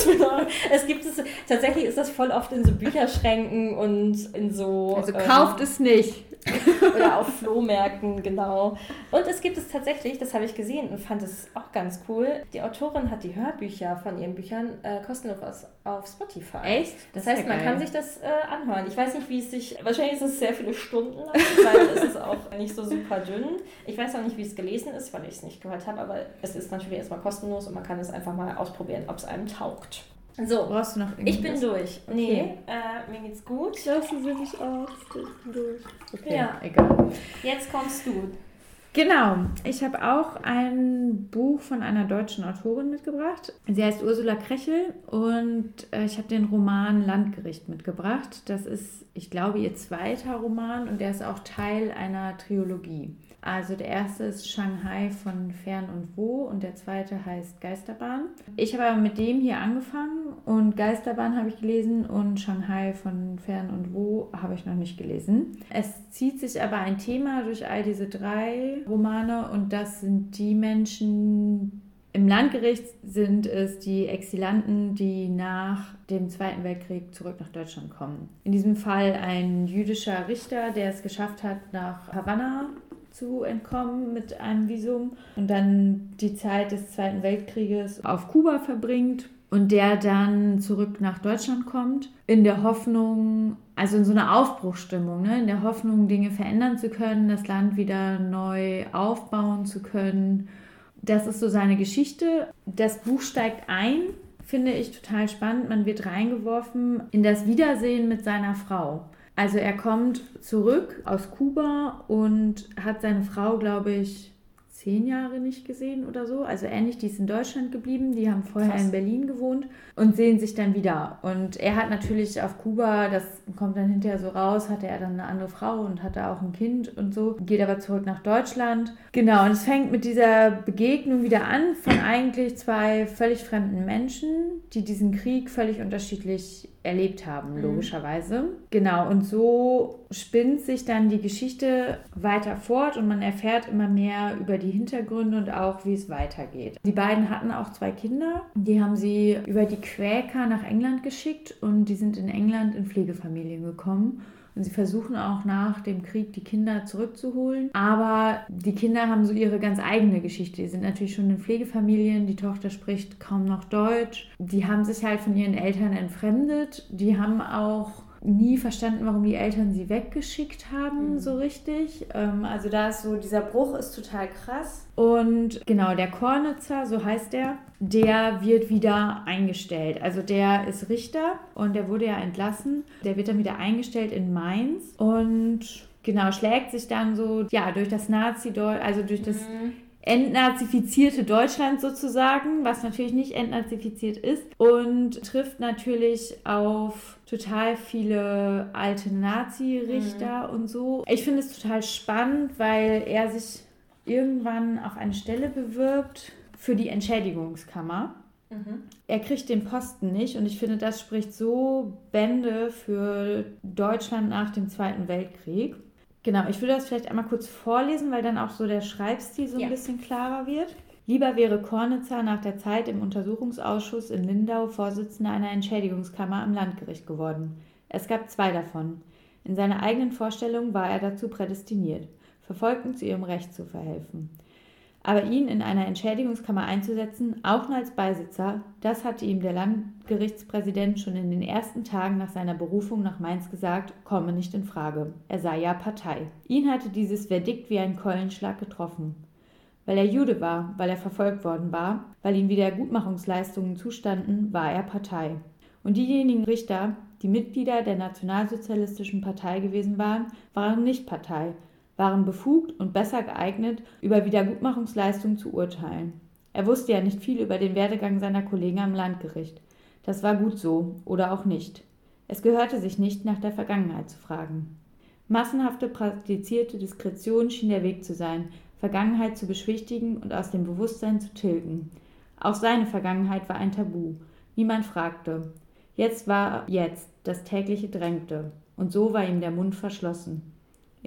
Es gibt es, tatsächlich ist das voll oft in so Bücherschränken und in so... Also kauft ähm, es nicht. Oder auf Flohmärkten, genau. Und es gibt es tatsächlich, das habe ich gesehen und fand es auch ganz cool, die Autorin hat die Hörbücher von ihren Büchern äh, kostenlos auf Spotify. Echt? Das, das heißt, man geil. kann sich das äh, anhören. Ich weiß nicht, wie es sich, wahrscheinlich ist es sehr viele Stunden lang, weil es ist auch nicht so super dünn. Ich weiß auch nicht, wie es gelesen ist, weil ich es nicht gehört habe, aber es ist natürlich erstmal kostenlos und man kann es einfach mal ausprobieren, ob es einem taugt. So, brauchst du noch ich bin durch. Okay. Nee, äh, mir geht's gut. Das sind ich auch. Ich bin durch. Okay, ja. egal. Jetzt kommst du. Genau, ich habe auch ein Buch von einer deutschen Autorin mitgebracht. Sie heißt Ursula Krechel und äh, ich habe den Roman Landgericht mitgebracht. Das ist, ich glaube, ihr zweiter Roman und der ist auch Teil einer Trilogie. Also der erste ist Shanghai von Fern und Wo und der zweite heißt Geisterbahn. Ich habe aber mit dem hier angefangen und Geisterbahn habe ich gelesen und Shanghai von Fern und Wo habe ich noch nicht gelesen. Es zieht sich aber ein Thema durch all diese drei Romane und das sind die Menschen, im Landgericht sind es die Exilanten, die nach dem Zweiten Weltkrieg zurück nach Deutschland kommen. In diesem Fall ein jüdischer Richter, der es geschafft hat, nach Havanna zu entkommen mit einem Visum und dann die Zeit des Zweiten Weltkrieges auf Kuba verbringt und der dann zurück nach Deutschland kommt, in der Hoffnung, also in so einer Aufbruchsstimmung, ne? In der Hoffnung, Dinge verändern zu können, das Land wieder neu aufbauen zu können. Das ist so seine Geschichte. Das Buch steigt ein, finde ich total spannend. Man wird reingeworfen in das Wiedersehen mit seiner Frau. Also er kommt zurück aus Kuba und hat seine Frau, glaube ich, zehn Jahre nicht gesehen oder so. Also ähnlich, die ist in Deutschland geblieben, die haben vorher Krass. in Berlin gewohnt und sehen sich dann wieder. Und er hat natürlich auf Kuba, das kommt dann hinterher so raus, hatte er dann eine andere Frau und hatte auch ein Kind und so, geht aber zurück nach Deutschland. Genau, und es fängt mit dieser Begegnung wieder an von eigentlich zwei völlig fremden Menschen, die diesen Krieg völlig unterschiedlich erlebt haben, logischerweise. Mhm. Genau, und so spinnt sich dann die Geschichte weiter fort und man erfährt immer mehr über die Hintergründe und auch, wie es weitergeht. Die beiden hatten auch zwei Kinder, die haben sie über die Quäker nach England geschickt und die sind in England in Pflegefamilien gekommen. Und sie versuchen auch nach dem Krieg die Kinder zurückzuholen. Aber die Kinder haben so ihre ganz eigene Geschichte. Die sind natürlich schon in Pflegefamilien. Die Tochter spricht kaum noch Deutsch. Die haben sich halt von ihren Eltern entfremdet. Die haben auch nie verstanden, warum die Eltern sie weggeschickt haben, mhm. so richtig. Ähm, also da ist so, dieser Bruch ist total krass. Und genau, der Kornitzer, so heißt der, der wird wieder eingestellt. Also der ist Richter und der wurde ja entlassen. Der wird dann wieder eingestellt in Mainz und genau, schlägt sich dann so, ja, durch das Nazi-Deutschland, also durch das mhm. entnazifizierte Deutschland sozusagen, was natürlich nicht entnazifiziert ist und trifft natürlich auf total viele alte Nazi-Richter mhm. und so. Ich finde es total spannend, weil er sich irgendwann auf eine Stelle bewirbt für die Entschädigungskammer. Mhm. Er kriegt den Posten nicht und ich finde, das spricht so Bände für Deutschland nach dem Zweiten Weltkrieg. Genau, ich würde das vielleicht einmal kurz vorlesen, weil dann auch so der Schreibstil so ein ja. bisschen klarer wird. Lieber wäre Kornitzer nach der Zeit im Untersuchungsausschuss in Lindau Vorsitzender einer Entschädigungskammer am Landgericht geworden. Es gab zwei davon. In seiner eigenen Vorstellung war er dazu prädestiniert, Verfolgten zu ihrem Recht zu verhelfen. Aber ihn in einer Entschädigungskammer einzusetzen, auch nur als Beisitzer, das hatte ihm der Landgerichtspräsident schon in den ersten Tagen nach seiner Berufung nach Mainz gesagt, komme nicht in Frage. Er sei ja Partei. Ihn hatte dieses Verdikt wie ein Keulenschlag getroffen. Weil er Jude war, weil er verfolgt worden war, weil ihm Wiedergutmachungsleistungen zustanden, war er Partei. Und diejenigen Richter, die Mitglieder der Nationalsozialistischen Partei gewesen waren, waren nicht Partei, waren befugt und besser geeignet, über Wiedergutmachungsleistungen zu urteilen. Er wusste ja nicht viel über den Werdegang seiner Kollegen am Landgericht. Das war gut so, oder auch nicht. Es gehörte sich nicht, nach der Vergangenheit zu fragen. Massenhafte praktizierte Diskretion schien der Weg zu sein, Vergangenheit zu beschwichtigen und aus dem Bewusstsein zu tilgen. Auch seine Vergangenheit war ein Tabu. Niemand fragte. Jetzt war jetzt, das tägliche drängte. Und so war ihm der Mund verschlossen.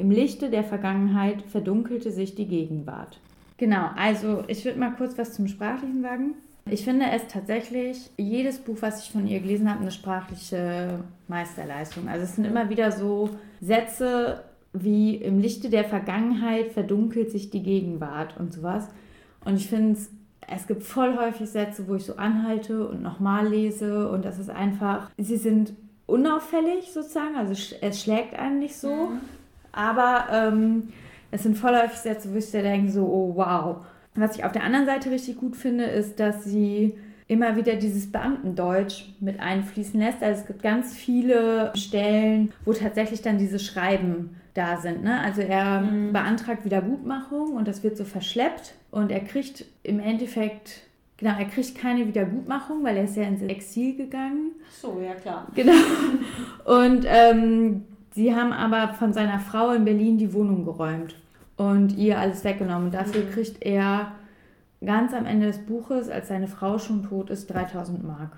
Im Lichte der Vergangenheit verdunkelte sich die Gegenwart. Genau, also ich würde mal kurz was zum Sprachlichen sagen. Ich finde es tatsächlich, jedes Buch, was ich von ihr gelesen habe, eine sprachliche Meisterleistung. Also es sind immer wieder so Sätze wie im Lichte der Vergangenheit verdunkelt sich die Gegenwart und sowas. Und ich finde es, es gibt voll häufig Sätze, wo ich so anhalte und nochmal lese und das ist einfach, sie sind unauffällig sozusagen, also es schlägt einen nicht so, mhm. aber ähm, es sind voll häufig Sätze, wo ich da denke so, oh wow. Was ich auf der anderen Seite richtig gut finde, ist, dass sie immer wieder dieses Beamtendeutsch mit einfließen lässt. Also es gibt ganz viele Stellen, wo tatsächlich dann diese Schreiben da sind. Ne? Also er mhm. beantragt Wiedergutmachung und das wird so verschleppt und er kriegt im Endeffekt, genau, er kriegt keine Wiedergutmachung, weil er ist ja ins Exil gegangen. Ach so, ja klar. Genau. Und ähm, sie haben aber von seiner Frau in Berlin die Wohnung geräumt und ihr alles weggenommen. Und dafür mhm. kriegt er ganz am Ende des Buches, als seine Frau schon tot ist, dreitausend Mark.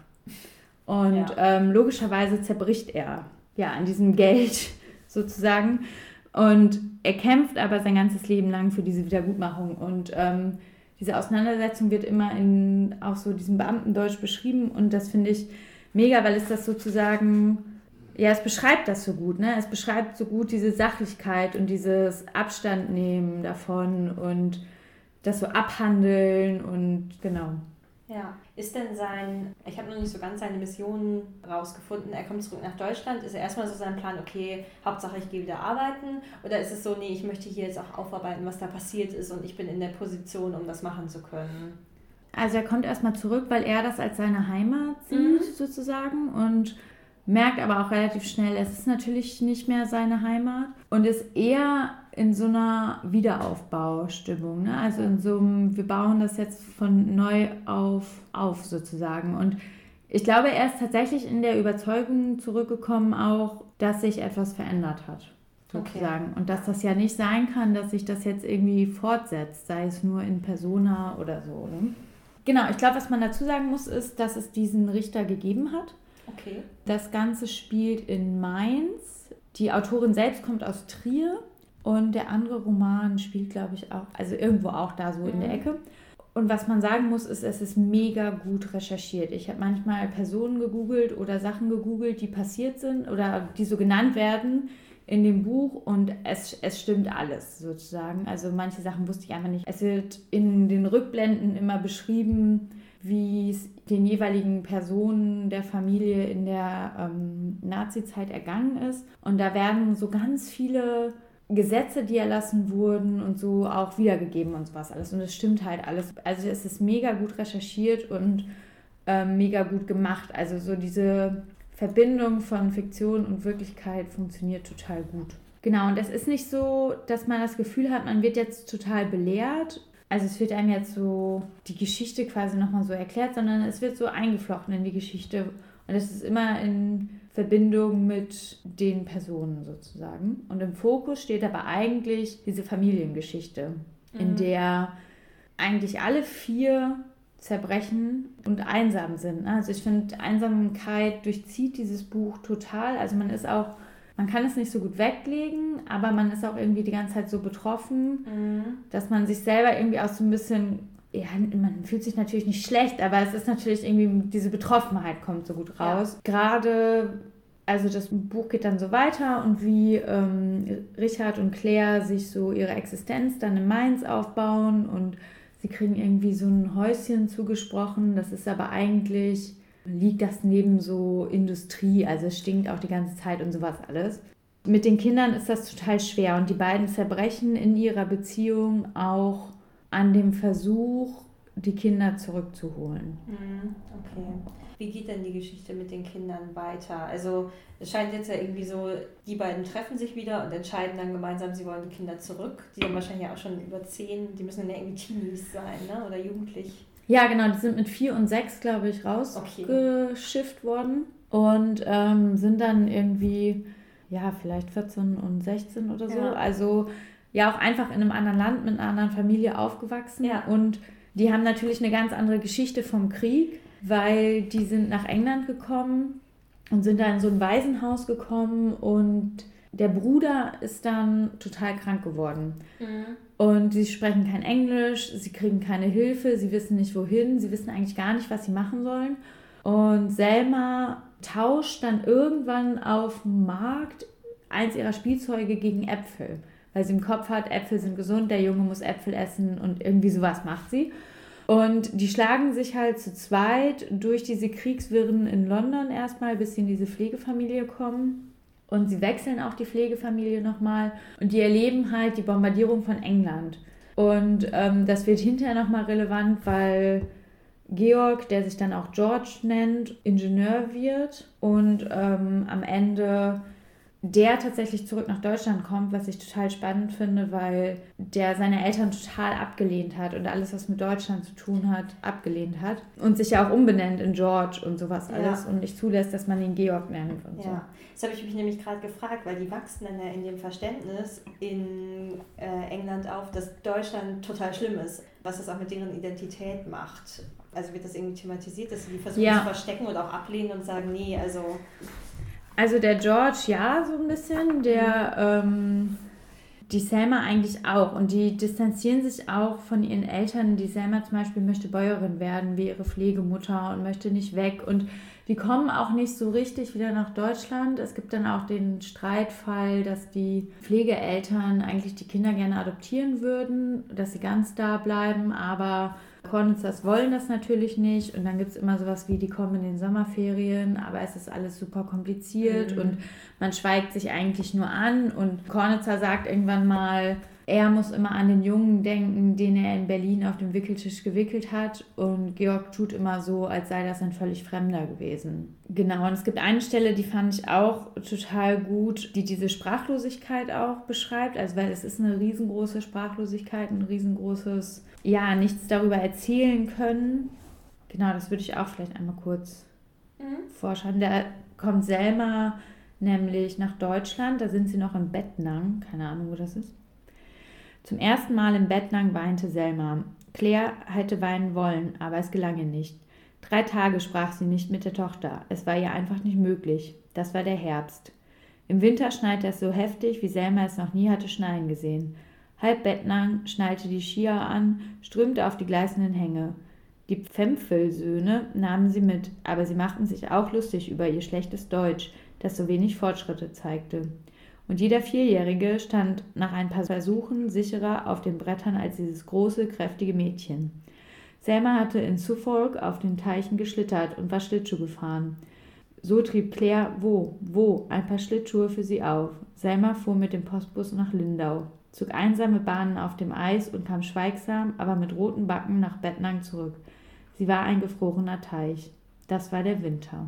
Und ja. ähm, logischerweise zerbricht er ja an diesem Geld sozusagen. Und er kämpft aber sein ganzes Leben lang für diese Wiedergutmachung. Und ähm, diese Auseinandersetzung wird immer in auch so diesem Beamtendeutsch beschrieben. Und das finde ich mega, weil es das sozusagen, ja, es beschreibt das so gut. Ne? Es beschreibt so gut diese Sachlichkeit und dieses Abstandnehmen davon und das so abhandeln und genau. Ja, ist denn sein, ich habe noch nicht so ganz seine Mission rausgefunden, er kommt zurück nach Deutschland, ist er erstmal so sein Plan, okay, Hauptsache ich gehe wieder arbeiten, oder ist es so, nee, ich möchte hier jetzt auch aufarbeiten, was da passiert ist und ich bin in der Position, um das machen zu können? Also er kommt erstmal zurück, weil er das als seine Heimat sieht, mhm. sozusagen, und merkt aber auch relativ schnell, es ist natürlich nicht mehr seine Heimat und ist eher in so einer Wiederaufbaustimmung, ne? Also in so einem, wir bauen das jetzt von neu auf, auf sozusagen. Und ich glaube, er ist tatsächlich in der Überzeugung zurückgekommen auch, dass sich etwas verändert hat, sozusagen. Okay. Und dass das ja nicht sein kann, dass sich das jetzt irgendwie fortsetzt, sei es nur in Persona oder so. Ne? Genau, ich glaube, was man dazu sagen muss, ist, dass es diesen Richter gegeben hat. Okay. Das Ganze spielt in Mainz. Die Autorin selbst kommt aus Trier. Und der andere Roman spielt, glaube ich, auch, also irgendwo auch da so in der Ecke. Und was man sagen muss, ist, es ist mega gut recherchiert. Ich habe manchmal Personen gegoogelt oder Sachen gegoogelt, die passiert sind oder die so genannt werden in dem Buch und es, es stimmt alles sozusagen. Also manche Sachen wusste ich einfach nicht. Es wird in den Rückblenden immer beschrieben, wie es den jeweiligen Personen der Familie in der ähm, Nazi-Zeit ergangen ist. Und da werden so ganz viele Gesetze, die erlassen wurden und so auch wiedergegeben und sowas alles. Und es stimmt halt alles. Also es ist mega gut recherchiert und äh, mega gut gemacht. Also so diese Verbindung von Fiktion und Wirklichkeit funktioniert total gut. Genau, und es ist nicht so, dass man das Gefühl hat, man wird jetzt total belehrt. Also es wird einem jetzt so die Geschichte quasi nochmal so erklärt, sondern es wird so eingeflochten in die Geschichte. Und es ist immer in Verbindung mit den Personen sozusagen. Und im Fokus steht aber eigentlich diese Familiengeschichte, mhm. in der eigentlich alle vier zerbrechen und einsam sind. Also ich finde, Einsamkeit durchzieht dieses Buch total. Also man ist auch, man kann es nicht so gut weglegen, aber man ist auch irgendwie die ganze Zeit so betroffen, mhm. dass man sich selber irgendwie auch so ein bisschen, ja, man fühlt sich natürlich nicht schlecht, aber es ist natürlich irgendwie, diese Betroffenheit kommt so gut raus. Ja. Gerade, also das Buch geht dann so weiter und wie ähm, Richard und Claire sich so ihre Existenz dann in Mainz aufbauen und sie kriegen irgendwie so ein Häuschen zugesprochen, das ist aber eigentlich, liegt das neben so Industrie, also es stinkt auch die ganze Zeit und sowas alles. Mit den Kindern ist das total schwer und die beiden zerbrechen in ihrer Beziehung auch an dem Versuch, die Kinder zurückzuholen. Okay. Wie geht denn die Geschichte mit den Kindern weiter? Also es scheint jetzt ja irgendwie so, die beiden treffen sich wieder und entscheiden dann gemeinsam, sie wollen die Kinder zurück. Die haben wahrscheinlich auch schon über zehn, die müssen ja irgendwie Teenies sein, ne? Oder jugendlich. Ja, genau, die sind mit vier und sechs, glaube ich, rausgeschifft okay. worden und ähm, sind dann irgendwie, ja, vielleicht vierzehn und sechzehn oder so. Ja. Also ja, auch einfach in einem anderen Land mit einer anderen Familie aufgewachsen. Ja. Und die haben natürlich eine ganz andere Geschichte vom Krieg, weil die sind nach England gekommen und sind da in so ein Waisenhaus gekommen und der Bruder ist dann total krank geworden. Mhm. Und sie sprechen kein Englisch, sie kriegen keine Hilfe, sie wissen nicht wohin, sie wissen eigentlich gar nicht, was sie machen sollen. Und Selma tauscht dann irgendwann auf dem Markt eins ihrer Spielzeuge gegen Äpfel. Weil sie im Kopf hat, Äpfel sind gesund, der Junge muss Äpfel essen und irgendwie sowas macht sie. Und die schlagen sich halt zu zweit durch diese Kriegswirren in London erstmal, bis sie in diese Pflegefamilie kommen. Und sie wechseln auch die Pflegefamilie nochmal. Und die erleben halt die Bombardierung von England. Und ähm, das wird hinterher nochmal relevant, weil Georg, der sich dann auch George nennt, Ingenieur wird. Und ähm, am Ende der tatsächlich zurück nach Deutschland kommt, was ich total spannend finde, weil der seine Eltern total abgelehnt hat und alles, was mit Deutschland zu tun hat, abgelehnt hat. Und sich ja auch umbenennt in George und sowas alles ja. Und nicht zulässt, dass man ihn Georg nennt und ja. so. Das habe ich mich nämlich gerade gefragt, weil die wachsen dann ja in dem Verständnis in äh, England auf, dass Deutschland total schlimm ist, was das auch mit deren Identität macht. Also wird das irgendwie thematisiert, dass sie die versuchen ja. zu verstecken und auch ablehnen und sagen, nee, also... Also der George ja, so ein bisschen, der ähm, die Selma eigentlich auch. Und die distanzieren sich auch von ihren Eltern. Die Selma zum Beispiel möchte Bäuerin werden, wie ihre Pflegemutter und möchte nicht weg. Und die kommen auch nicht so richtig wieder nach Deutschland. Es gibt dann auch den Streitfall, dass die Pflegeeltern eigentlich die Kinder gerne adoptieren würden, dass sie ganz da bleiben, aber Cornitzers wollen das natürlich nicht und dann gibt es immer sowas wie, die kommen in den Sommerferien, aber es ist alles super kompliziert mhm. und man schweigt sich eigentlich nur an und Cornitzer sagt irgendwann mal, er muss immer an den Jungen denken, den er in Berlin auf dem Wickeltisch gewickelt hat und Georg tut immer so, als sei das ein völlig Fremder gewesen. Genau, und es gibt eine Stelle, die fand ich auch total gut, die diese Sprachlosigkeit auch beschreibt, also weil es ist eine riesengroße Sprachlosigkeit, ein riesengroßes, ja, nichts darüber erzählen können. Genau, das würde ich auch vielleicht einmal kurz mhm. vorschreiben. Da kommt Selma nämlich nach Deutschland, da sind sie noch in Bettnang, keine Ahnung, wo das ist. Zum ersten Mal in Bettnang weinte Selma. Claire hätte weinen wollen, aber es gelang ihr nicht. Drei Tage sprach sie nicht mit der Tochter. Es war ihr einfach nicht möglich. Das war der Herbst. Im Winter schneite es so heftig, wie Selma es noch nie hatte schneien gesehen. Halb Bettnang schnallte die Skier an, strömte auf die gleißenden Hänge. Die Pfämpfelsöhne nahmen sie mit, aber sie machten sich auch lustig über ihr schlechtes Deutsch, das so wenig Fortschritte zeigte. Und jeder Vierjährige stand nach ein paar Versuchen sicherer auf den Brettern als dieses große, kräftige Mädchen. Selma hatte in Suffolk auf den Teichen geschlittert und war Schlittschuh gefahren. So trieb Claire wo, wo ein paar Schlittschuhe für sie auf. Selma fuhr mit dem Postbus nach Lindau, zog einsame Bahnen auf dem Eis und kam schweigsam, aber mit roten Backen nach Bettnang zurück. Sie war ein gefrorener Teich. Das war der Winter.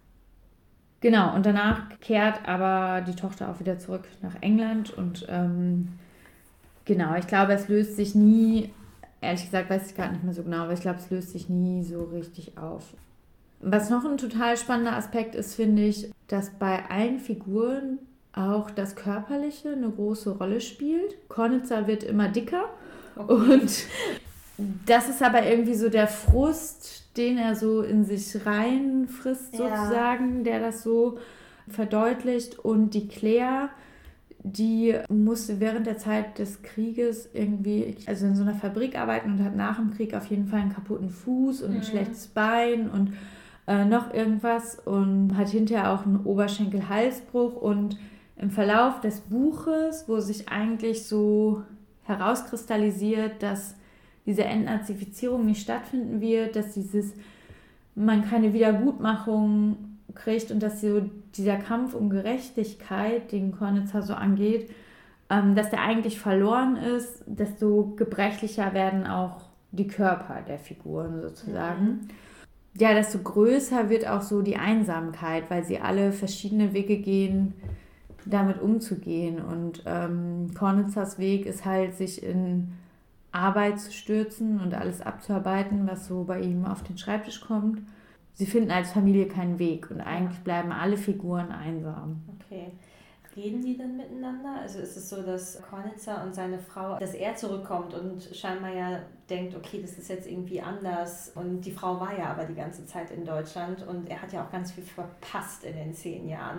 Genau, und danach kehrt aber die Tochter auch wieder zurück nach England und ähm, genau, ich glaube, es löst sich nie, ehrlich gesagt weiß ich gar nicht mehr so genau, aber ich glaube, es löst sich nie so richtig auf. Was noch ein total spannender Aspekt ist, finde ich, dass bei allen Figuren auch das Körperliche eine große Rolle spielt. Cornitzer wird immer dicker okay. und das ist aber irgendwie so der Frust, den er so in sich reinfrisst sozusagen, ja. der das so verdeutlicht. Und die Claire, die musste während der Zeit des Krieges irgendwie, also in so einer Fabrik arbeiten und hat nach dem Krieg auf jeden Fall einen kaputten Fuß und ein mhm. schlechtes Bein und äh, noch irgendwas und hat hinterher auch einen Oberschenkel-Halsbruch. Und im Verlauf des Buches, wo sich eigentlich so herauskristallisiert, dass diese Entnazifizierung nicht stattfinden wird, dass dieses man keine Wiedergutmachung kriegt und dass so dieser Kampf um Gerechtigkeit, den Cornitzer so angeht, ähm, dass der eigentlich verloren ist, desto gebrechlicher werden auch die Körper der Figuren sozusagen. Mhm. Ja, desto größer wird auch so die Einsamkeit, weil sie alle verschiedene Wege gehen, damit umzugehen. Und ähm, Cornitzers Weg ist halt, sich in Arbeit zu stürzen und alles abzuarbeiten, was so bei ihm auf den Schreibtisch kommt. Sie finden als Familie keinen Weg und eigentlich bleiben alle Figuren einsam. Okay. Reden die dann miteinander? Also ist es so, dass Cornitzer und seine Frau, dass er zurückkommt und scheinbar ja denkt, okay, das ist jetzt irgendwie anders und die Frau war ja aber die ganze Zeit in Deutschland und er hat ja auch ganz viel verpasst in den zehn Jahren.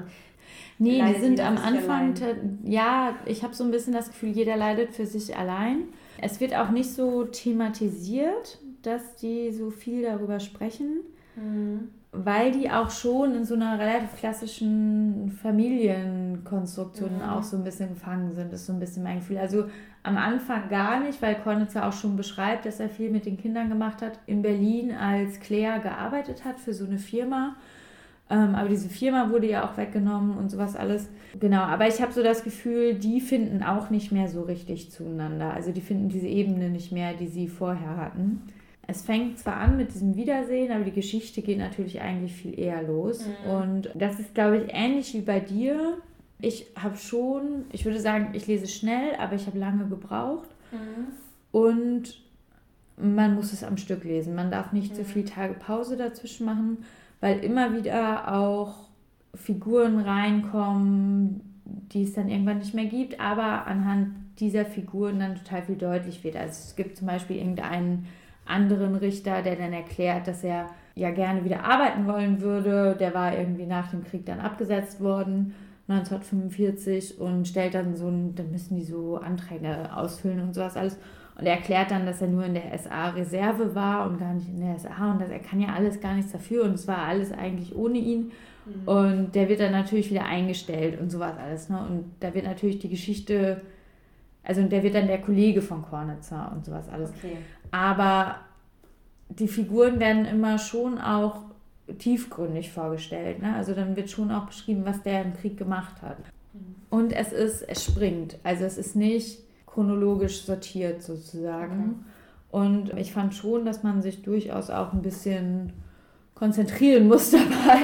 Nee, Leidet die sind jeder am für sich Anfang, allein? te- ja, ich habe so ein bisschen das Gefühl, jeder leidet für sich allein. Es wird auch nicht so thematisiert, dass die so viel darüber sprechen, Mhm. weil die auch schon in so einer relativ klassischen Familienkonstruktion Mhm. auch so ein bisschen gefangen sind, ist so ein bisschen mein Gefühl. Also am Anfang gar nicht, weil Kornitzer auch schon beschreibt, dass er viel mit den Kindern gemacht hat, in Berlin als Claire gearbeitet hat für so eine Firma. Ähm, aber diese Firma wurde ja auch weggenommen und sowas alles. Genau, aber ich habe so das Gefühl, die finden auch nicht mehr so richtig zueinander. Also die finden diese Ebene nicht mehr, die sie vorher hatten. Es fängt zwar an mit diesem Wiedersehen, aber die Geschichte geht natürlich eigentlich viel eher los. Mhm. Und das ist, glaube ich, ähnlich wie bei dir. Ich habe schon, ich würde sagen, ich lese schnell, aber ich habe lange gebraucht. Mhm. Und man muss es am Stück lesen. Man darf nicht so Mhm. viel Tage Pause dazwischen machen, weil immer wieder auch Figuren reinkommen, die es dann irgendwann nicht mehr gibt, aber anhand dieser Figuren dann total viel deutlich wird. Also es gibt zum Beispiel irgendeinen anderen Richter, der dann erklärt, dass er ja gerne wieder arbeiten wollen würde. Der war irgendwie nach dem Krieg dann abgesetzt worden, neunzehnhundertfünfundvierzig, und stellt dann so ein, dann müssen die so Anträge ausfüllen und sowas alles. Und er erklärt dann, dass er nur in der S A-Reserve war und gar nicht in der S A und dass er kann ja alles gar nichts dafür und es war alles eigentlich ohne ihn. Mhm. Und der wird dann natürlich wieder eingestellt und sowas alles. Ne? Und da wird natürlich die Geschichte, also der wird dann der Kollege von Kornitzer und sowas alles. Okay. Aber die Figuren werden immer schon auch tiefgründig vorgestellt. Ne? Also dann wird schon auch beschrieben, was der im Krieg gemacht hat. Mhm. Und es ist, es springt. Also es ist nicht chronologisch sortiert sozusagen. Okay. Und ich fand schon, dass man sich durchaus auch ein bisschen konzentrieren muss dabei.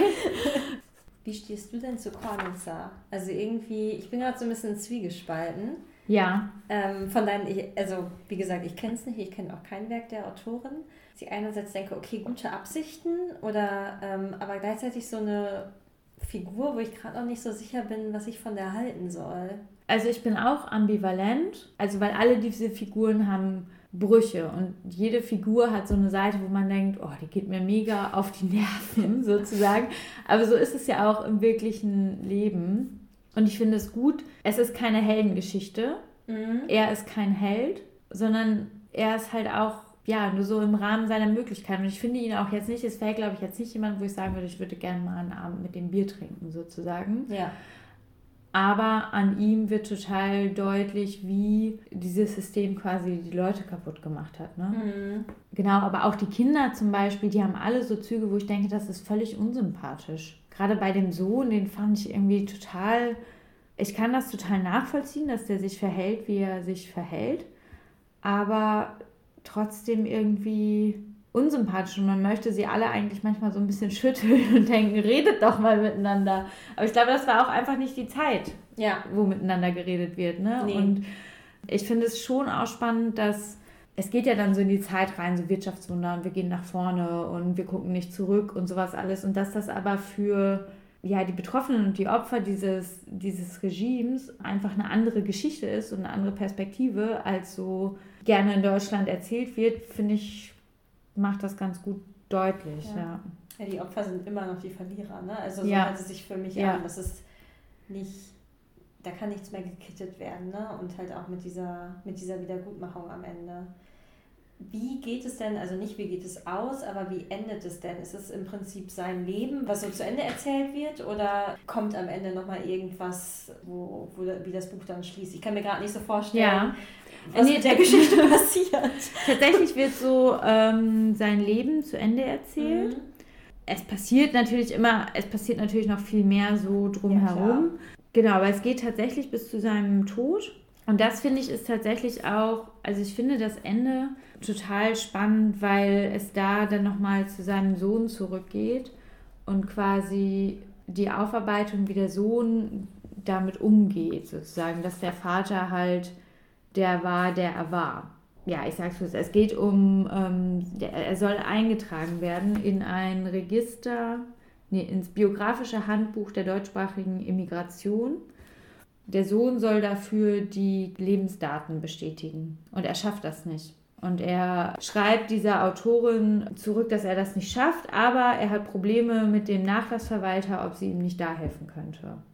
Wie stehst du denn zu Kornitzer? Also irgendwie, ich bin gerade so ein bisschen zwiegespalten. Ja. Ähm, von deinen, ich, also wie gesagt, ich kenne es nicht, ich kenne auch kein Werk der Autorin. Ich einerseits denke, okay, gute Absichten, oder ähm, aber gleichzeitig so eine Figur, wo ich gerade noch nicht so sicher bin, was ich von der halten soll. Also ich bin auch ambivalent, also weil alle diese Figuren haben Brüche und jede Figur hat so eine Seite, wo man denkt, oh, die geht mir mega auf die Nerven sozusagen. Aber so ist es ja auch im wirklichen Leben. Und ich finde es gut, es ist keine Heldengeschichte. Mhm. Er ist kein Held, sondern er ist halt auch, ja, nur so im Rahmen seiner Möglichkeiten. Und ich finde ihn auch jetzt nicht, es wäre, glaube ich, jetzt nicht jemand, wo ich sagen würde, ich würde gerne mal einen Abend mit dem Bier trinken sozusagen. Ja. Aber an ihm wird total deutlich, wie dieses System quasi die Leute kaputt gemacht hat. Ne? Mhm. Genau, aber auch die Kinder zum Beispiel, die haben alle so Züge, wo ich denke, das ist völlig unsympathisch. Gerade bei dem Sohn, den fand ich irgendwie total, ich kann das total nachvollziehen, dass der sich verhält, wie er sich verhält, aber trotzdem irgendwie unsympathisch und man möchte sie alle eigentlich manchmal so ein bisschen schütteln und denken, redet doch mal miteinander. Aber ich glaube, das war auch einfach nicht die Zeit, ja, wo miteinander geredet wird. Ne? Nee. Und ich finde es schon auch spannend, dass es geht ja dann so in die Zeit rein, so Wirtschaftswunder und wir gehen nach vorne und wir gucken nicht zurück und sowas alles. Und dass das aber für ja, die Betroffenen und die Opfer dieses, dieses Regimes einfach eine andere Geschichte ist und eine andere Perspektive, als so gerne in Deutschland erzählt wird, finde ich, macht das ganz gut deutlich. Ja. Ja. Ja, die Opfer sind immer noch die Verlierer, ne? Also so ja. hört es sich für mich ja. an. Das ist nicht, da kann nichts mehr gekittet werden, ne? Und halt auch mit dieser, mit dieser Wiedergutmachung am Ende. Wie geht es denn, also nicht wie geht es aus, aber wie endet es denn? Ist es im Prinzip sein Leben, was so zu Ende erzählt wird, oder kommt am Ende nochmal irgendwas, wo, wo wie das Buch dann schließt? Ich kann mir gerade nicht so vorstellen, ja. was nee, mit der Geschichte passiert. Tatsächlich wird so ähm, sein Leben zu Ende erzählt. Mhm. Es passiert natürlich immer, es passiert natürlich noch viel mehr so drumherum. Ja, genau, aber es geht tatsächlich bis zu seinem Tod. Und das finde ich ist tatsächlich auch, also ich finde das Ende total spannend, weil es da dann nochmal zu seinem Sohn zurückgeht und quasi die Aufarbeitung, wie der Sohn damit umgeht, sozusagen, dass der Vater halt der war, der er war. Ja, ich sag's kurz, es geht um, ähm, der, er soll eingetragen werden in ein Register, nee, ins biografische Handbuch der deutschsprachigen Immigration. Der Sohn soll dafür die Lebensdaten bestätigen und er schafft das nicht. Und er schreibt dieser Autorin zurück, dass er das nicht schafft, aber er hat Probleme mit dem Nachlassverwalter, ob sie ihm nicht da helfen könnte.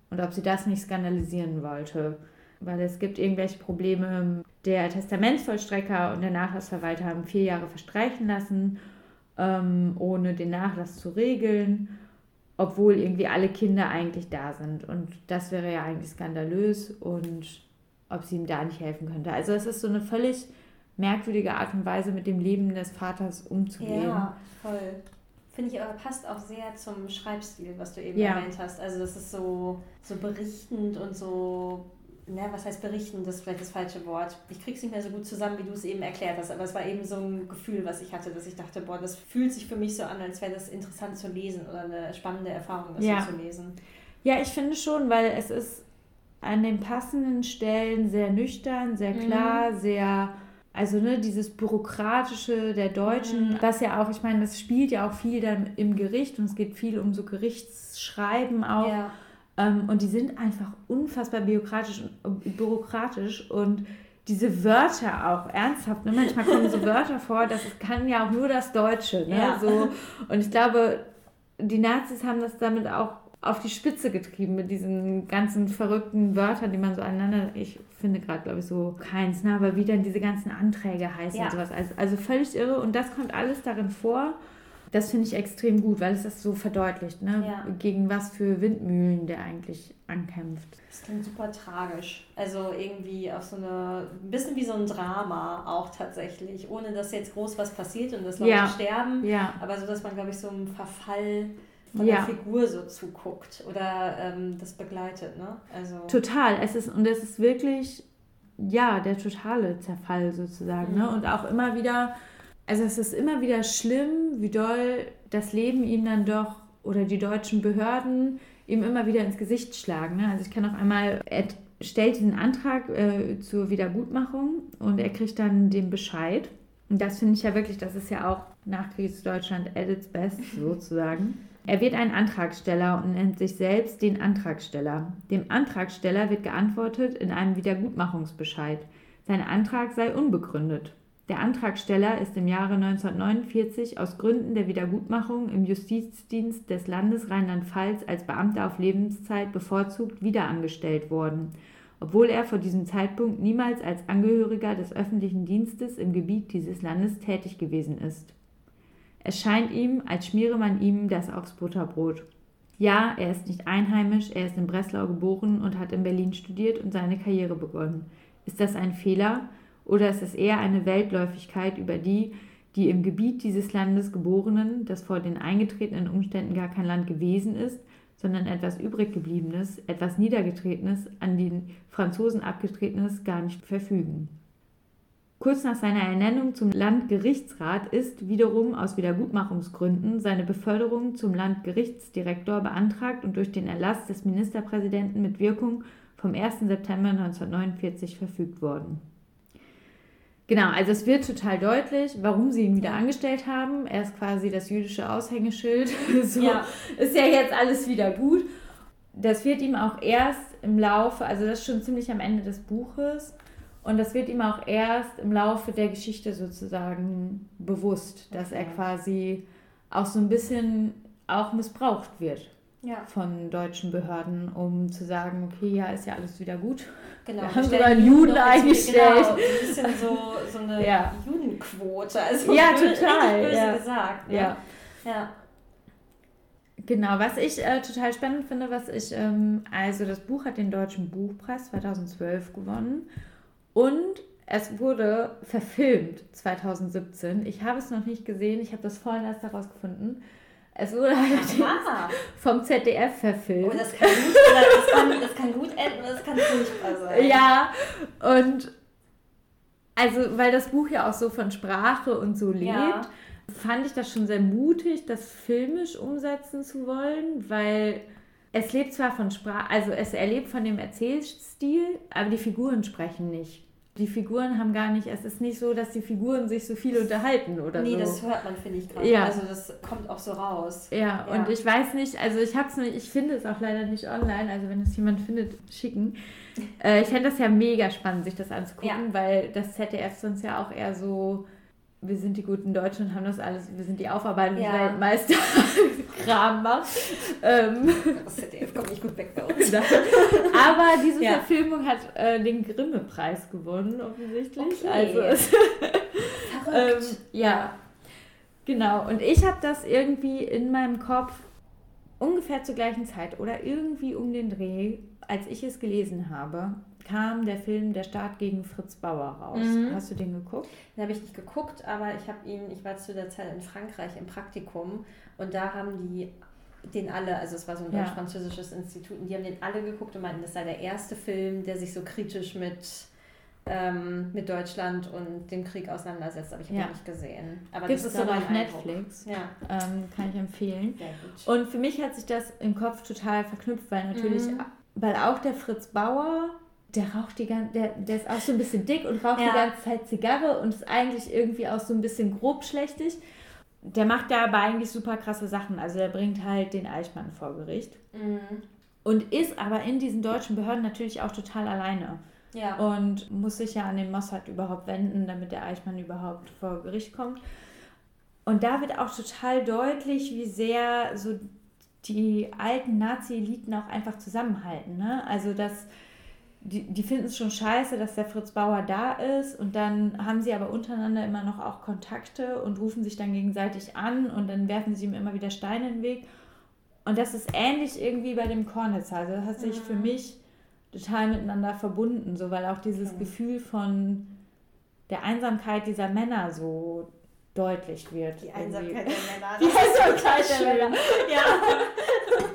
und ob sie das nicht skandalisieren wollte. Weil es gibt irgendwelche Probleme. Der Testamentsvollstrecker und der Nachlassverwalter haben vier Jahre verstreichen lassen, ähm, ohne den Nachlass zu regeln, obwohl irgendwie alle Kinder eigentlich da sind. Und das wäre ja eigentlich skandalös und ob sie ihm da nicht helfen könnte. Also es ist so eine völlig merkwürdige Art und Weise, mit dem Leben des Vaters umzugehen. Ja, voll. Finde ich aber passt auch sehr zum Schreibstil, was du eben ja. erwähnt hast. Also das ist so, so berichtend und so, na, was heißt berichtend, das ist vielleicht das falsche Wort. Ich krieg's nicht mehr so gut zusammen, wie du es eben erklärt hast, aber es war eben so ein Gefühl, was ich hatte, dass ich dachte, boah, das fühlt sich für mich so an, als wäre das interessant zu lesen oder eine spannende Erfahrung, das ja. so zu lesen. Ja, ich finde schon, weil es ist an den passenden Stellen sehr nüchtern, sehr klar, mhm. sehr... Also ne, dieses Bürokratische der Deutschen, mhm. das ja auch, ich meine, das spielt ja auch viel dann im Gericht und es geht viel um so Gerichtsschreiben auch. Ja. Ähm, und die sind einfach unfassbar bürokratisch und, bürokratisch und diese Wörter auch, ernsthaft, ne? Manchmal kommen so Wörter vor, das kann ja auch nur das Deutsche. Ne? Ja. So, und ich glaube, die Nazis haben das damit auch auf die Spitze getrieben mit diesen ganzen verrückten Wörtern, die man so aneinander, ich finde gerade, glaube ich, so keins, ne? Aber wie dann diese ganzen Anträge heißen ja. und sowas. Also, also völlig irre und das kommt alles darin vor. Das finde ich extrem gut, weil es das so verdeutlicht, ne? Ja. Gegen was für Windmühlen der eigentlich ankämpft. Das klingt super tragisch. Also irgendwie auch so eine, ein bisschen wie so ein Drama auch tatsächlich, ohne dass jetzt groß was passiert und dass Leute ja. sterben, ja. aber so, dass man, glaube ich, so einen Verfall von ja. der Figur so zuguckt oder ähm, das begleitet, ne? Also total. Es ist, und es ist wirklich, ja, der totale Zerfall sozusagen, mhm. ne? Und auch immer wieder, also es ist immer wieder schlimm, wie doll das Leben ihm dann doch, oder die deutschen Behörden ihm immer wieder ins Gesicht schlagen, ne? Also ich kann auf einmal, er stellt diesen Antrag äh, zur Wiedergutmachung und er kriegt dann den Bescheid. Und das finde ich ja wirklich, das ist ja auch Nachkriegsdeutschland at its best sozusagen. Er wird ein Antragsteller und nennt sich selbst den Antragsteller. Dem Antragsteller wird geantwortet in einem Wiedergutmachungsbescheid. Sein Antrag sei unbegründet. Der Antragsteller ist im Jahre neunzehnhundertneunundvierzig aus Gründen der Wiedergutmachung im Justizdienst des Landes Rheinland-Pfalz als Beamter auf Lebenszeit bevorzugt wiederangestellt worden, obwohl er vor diesem Zeitpunkt niemals als Angehöriger des öffentlichen Dienstes im Gebiet dieses Landes tätig gewesen ist. Es scheint ihm, als schmiere man ihm das aufs Butterbrot. Ja, er ist nicht einheimisch, er ist in Breslau geboren und hat in Berlin studiert und seine Karriere begonnen. Ist das ein Fehler oder ist es eher eine Weltläufigkeit über die, die im Gebiet dieses Landes Geborenen, das vor den eingetretenen Umständen gar kein Land gewesen ist, sondern etwas übriggebliebenes, etwas Niedergetretenes, an den Franzosen abgetretenes, gar nicht verfügen? Kurz nach seiner Ernennung zum Landgerichtsrat ist wiederum aus Wiedergutmachungsgründen seine Beförderung zum Landgerichtsdirektor beantragt und durch den Erlass des Ministerpräsidenten mit Wirkung vom ersten September neunzehnhundertneunundvierzig verfügt worden. Genau, also es wird total deutlich, warum sie ihn wieder angestellt haben. Er ist quasi das jüdische Aushängeschild. So, ja. Ist ja jetzt alles wieder gut. Das wird ihm auch erst im Laufe, also das ist schon ziemlich am Ende des Buches, und das wird ihm auch erst im Laufe der Geschichte sozusagen bewusst, dass er quasi auch so ein bisschen auch missbraucht wird ja. von deutschen Behörden, um zu sagen, okay, ja, ist ja alles wieder gut. Genau. Wir haben sogar einen Juden eingestellt. Genau, ein bisschen so, so eine ja. Judenquote. Also ja, böse, total. böse ja. gesagt. Ne? Ja. ja. Genau, was ich äh, total spannend finde, was ich, ähm, also das Buch hat den Deutschen Buchpreis zweitausendzwölf gewonnen. Und es wurde verfilmt zweitausendsiebzehn. Ich habe es noch nicht gesehen, ich habe das vorhin erst herausgefunden. Es wurde allerdings vom Z D F verfilmt. Oh, das kann gut, das kann, das kann gut enden, das kann furchtbar sein. Ja, und also, weil das Buch ja auch so von Sprache und so lebt, ja. fand ich das schon sehr mutig, das filmisch umsetzen zu wollen, weil es lebt zwar von Sprache, also es erlebt von dem Erzählstil, aber die Figuren sprechen nicht. Die Figuren haben gar nicht, es ist nicht so, dass die Figuren sich so viel unterhalten oder nee, so. Nee, das hört man, finde ich, gerade. Ja. Also das kommt auch so raus. Ja, ja, und ich weiß nicht, also ich hab's nicht, ich finde es auch leider nicht online, also wenn es jemand findet, schicken. Äh, ich fände das ja mega spannend, sich das anzugucken, ja. weil das Z D F sonst ja auch eher so wir sind die guten Deutschen und haben das alles, wir sind die Aufarbeitungsweltmeister Ja. Kram macht. Ähm, Das Z D F kommt nicht gut weg bei uns. Aber diese Ja. Verfilmung hat äh, den Grimme-Preis gewonnen, offensichtlich. Okay. Also es, ähm, Verrückt. ja, genau. Und ich habe das irgendwie in meinem Kopf ungefähr zur gleichen Zeit oder irgendwie um den Dreh, als ich es gelesen habe, kam der Film Der Staat gegen Fritz Bauer raus. Mhm. Hast du den geguckt? Den habe ich nicht geguckt, aber ich habe ihn, ich war zu der Zeit in Frankreich im Praktikum und da haben die den alle, also es war so ein Ja. deutsch-französisches Institut, und die haben den alle geguckt und meinten, das sei der erste Film, der sich so kritisch mit, ähm, mit Deutschland und dem Krieg auseinandersetzt, aber ich habe Ja. ihn nicht gesehen. Aber Gibt das es ist sogar mein auf Eindruck. Netflix. Ja, Ähm, kann ich empfehlen. sehr gut. Und für mich hat sich das im Kopf total verknüpft, weil natürlich, Mhm. weil auch der Fritz Bauer, der raucht die ganze, der, der ist auch so ein bisschen dick und raucht Ja. die ganze Zeit Zigarre und ist eigentlich irgendwie auch so ein bisschen grobschlächtig. Der macht da aber eigentlich super krasse Sachen. Also der bringt halt den Eichmann vor Gericht. Mhm. Und ist aber in diesen deutschen Behörden natürlich auch total alleine. Ja. Und muss sich ja an den Mossad überhaupt wenden, damit der Eichmann überhaupt vor Gericht kommt. Und da wird auch total deutlich, wie sehr so die alten Nazi-Eliten auch einfach zusammenhalten. Ne? Also dass die, die finden es schon scheiße, dass der Fritz Bauer da ist, und dann haben sie aber untereinander immer noch auch Kontakte und rufen sich dann gegenseitig an und dann werfen sie ihm immer wieder Steine in den Weg. Und das ist ähnlich irgendwie bei dem Kornitzer. Also das hat sich für mich total miteinander verbunden, so, weil auch dieses Okay. Gefühl von der Einsamkeit dieser Männer so deutlich wird. Die irgendwie. Einsamkeit der Männer. Die Einsamkeit der Männer. Ja.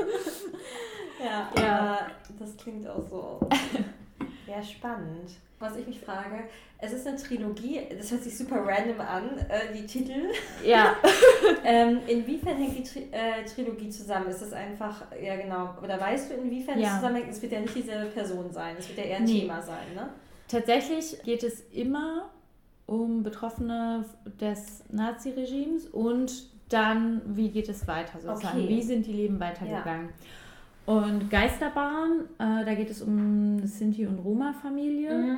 ja, Ja. aber das klingt auch so sehr spannend. Was ich mich frage, es ist eine Trilogie, das hört sich super random an, äh, die Titel. Ja. ähm, inwiefern hängt die Tri äh, Trilogie zusammen? Ist es einfach, ja genau, oder weißt du, inwiefern Ja. es zusammenhängt? Es wird ja nicht dieselbe Person sein, es wird ja eher ein Nee. Thema sein, ne? Tatsächlich geht es immer um Betroffene des Naziregimes und dann, wie geht es weiter sozusagen? Okay. Wie sind die Leben weitergegangen? Und Geisterbahn, äh, da geht es um eine Sinti- und Roma-Familie, Mhm.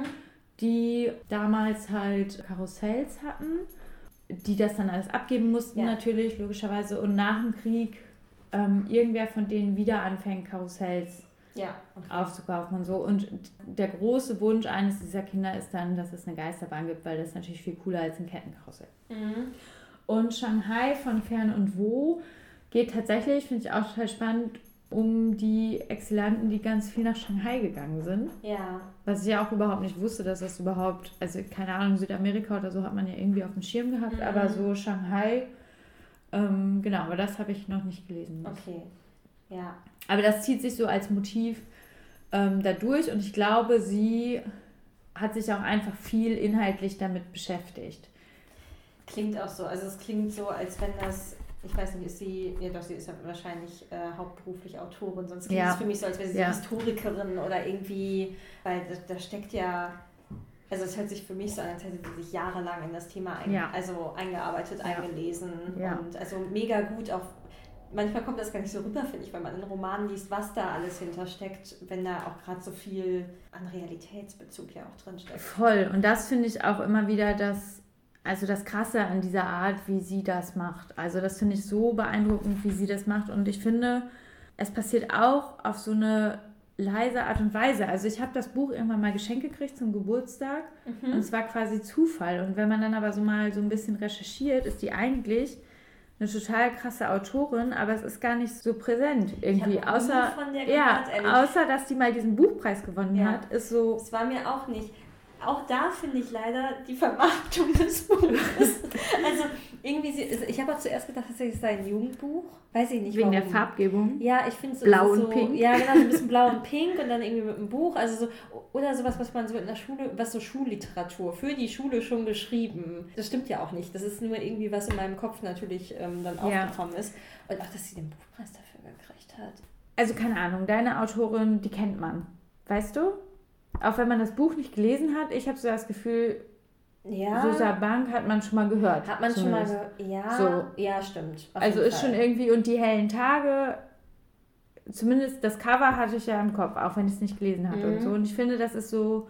die damals halt Karussells hatten, die das dann alles abgeben mussten Ja. natürlich, logischerweise. Und nach dem Krieg ähm, irgendwer von denen wieder anfängt, Karussells Ja, okay. aufzukaufen und so. Und der große Wunsch eines dieser Kinder ist dann, dass es eine Geisterbahn gibt, weil das ist natürlich viel cooler als ein Kettenkarussell. Mhm. Und Shanghai von Fern und Wo geht tatsächlich, finde ich auch total spannend, um die Exilanten, die ganz viel nach Shanghai gegangen sind. Ja. Was ich ja auch überhaupt nicht wusste, dass das überhaupt, also keine Ahnung, Südamerika oder so hat man ja irgendwie auf dem Schirm gehabt, Mhm. aber so Shanghai, ähm, genau, aber das habe ich noch nicht gelesen. Okay. Ja. Aber das zieht sich so als Motiv ähm, dadurch, und ich glaube, sie hat sich auch einfach viel inhaltlich damit beschäftigt. Klingt auch so. Also es klingt so, als wenn das, ich weiß nicht, ist sie, ja doch, sie ist ja wahrscheinlich äh, hauptberuflich Autorin, sonst klingt Ja. es für mich so, als wäre sie Ja. Historikerin oder irgendwie, weil da, da steckt ja, also es hört sich für mich so an, als hätte sie sich jahrelang in das Thema ein, Ja. also eingearbeitet, Ja. eingelesen Ja. und also mega gut auch. Manchmal kommt das gar nicht so rüber, finde ich, wenn man in Romanen liest, was da alles hintersteckt, wenn da auch gerade so viel an Realitätsbezug ja auch drin steckt. Voll. Und das finde ich auch immer wieder das, also das Krasse an dieser Art, wie sie das macht. Also das finde ich so beeindruckend, wie sie das macht. Und ich finde, es passiert auch auf so eine leise Art und Weise. Also ich habe das Buch irgendwann mal geschenkt gekriegt zum Geburtstag Mhm. und es war quasi Zufall. Und wenn man dann aber so mal so ein bisschen recherchiert, ist die eigentlich eine total krasse Autorin, aber es ist gar nicht so präsent irgendwie. Ich hab noch nie Außer, von der ja, gehört, ehrlich. außer, dass die mal diesen Buchpreis gewonnen Ja. hat, ist so... Das war mir auch nicht. Auch da finde ich leider die Vermarktung des Buches. Also irgendwie, sie, ich habe auch zuerst gedacht, das sei ein Jugendbuch. Weiß ich nicht Wegen warum. der Farbgebung. Ja, ich finde so Blau so, und pink. Ja, genau, so ein bisschen blau und pink und dann irgendwie mit einem Buch. Also so, oder sowas, was man so in der Schule, was so Schulliteratur, für die Schule schon geschrieben. Das stimmt ja auch nicht. Das ist nur irgendwie, was in meinem Kopf natürlich ähm, dann Ja. aufgekommen ist. Und auch, dass sie den Buchpreis dafür gekriegt hat. Also keine Ahnung, deine Autorin, die kennt man. Weißt du? Auch wenn man das Buch nicht gelesen hat, ich habe so das Gefühl, Ja. Susa Bank hat man schon mal gehört. Hat man schon mal zumindest. gehört? Ja, So. ja, stimmt. Auf Also jeden ist Fall. schon irgendwie, und die hellen Tage, zumindest das Cover hatte ich ja im Kopf, auch wenn ich es nicht gelesen hatte Mhm. und so. Und ich finde, das ist so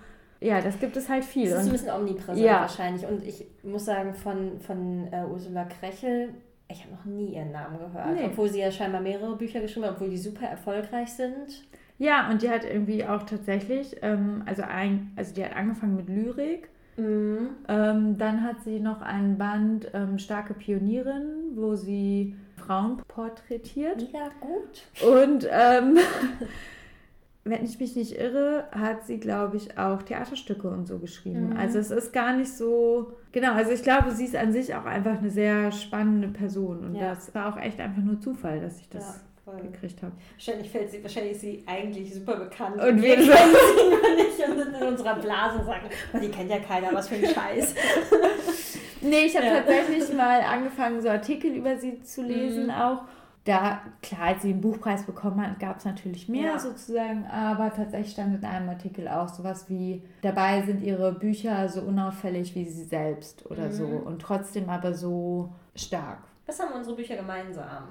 ja, das gibt es halt viel. Das ist und ein bisschen omnipräsent ja. wahrscheinlich. Und ich muss sagen, von, von äh, Ursula Krechel, ich habe noch nie ihren Namen gehört. Nee. Obwohl sie ja scheinbar mehrere Bücher geschrieben hat, obwohl die super erfolgreich sind. Ja, und die hat irgendwie auch tatsächlich, ähm, also, ein, also die hat angefangen mit Lyrik. Mhm. Ähm, dann hat sie noch einen Band ähm, Starke Pionierin, wo sie Frauen porträtiert. Ja, gut. Und ähm, wenn ich mich nicht irre, hat sie, glaube ich, auch Theaterstücke und so geschrieben. Mhm. Also es ist gar nicht so... Genau, also ich glaube, sie ist an sich auch einfach eine sehr spannende Person. Und ja. das war auch echt einfach nur Zufall, dass ich das ja, gekriegt habe. Wahrscheinlich, fällt sie, wahrscheinlich ist sie eigentlich super bekannt. Und wir kennen sie nur nicht und sind in unserer Blase und sagen, oh, die kennt ja keiner, was für ein Scheiß. Nee, ich habe ja. tatsächlich mal angefangen, so Artikel über sie zu lesen mhm. auch. Da, klar, als sie den Buchpreis bekommen hat, gab es natürlich mehr ja. sozusagen, aber tatsächlich stand in einem Artikel auch sowas wie, dabei sind ihre Bücher so unauffällig wie sie selbst oder mhm. so und trotzdem aber so stark. Was haben unsere Bücher gemeinsam?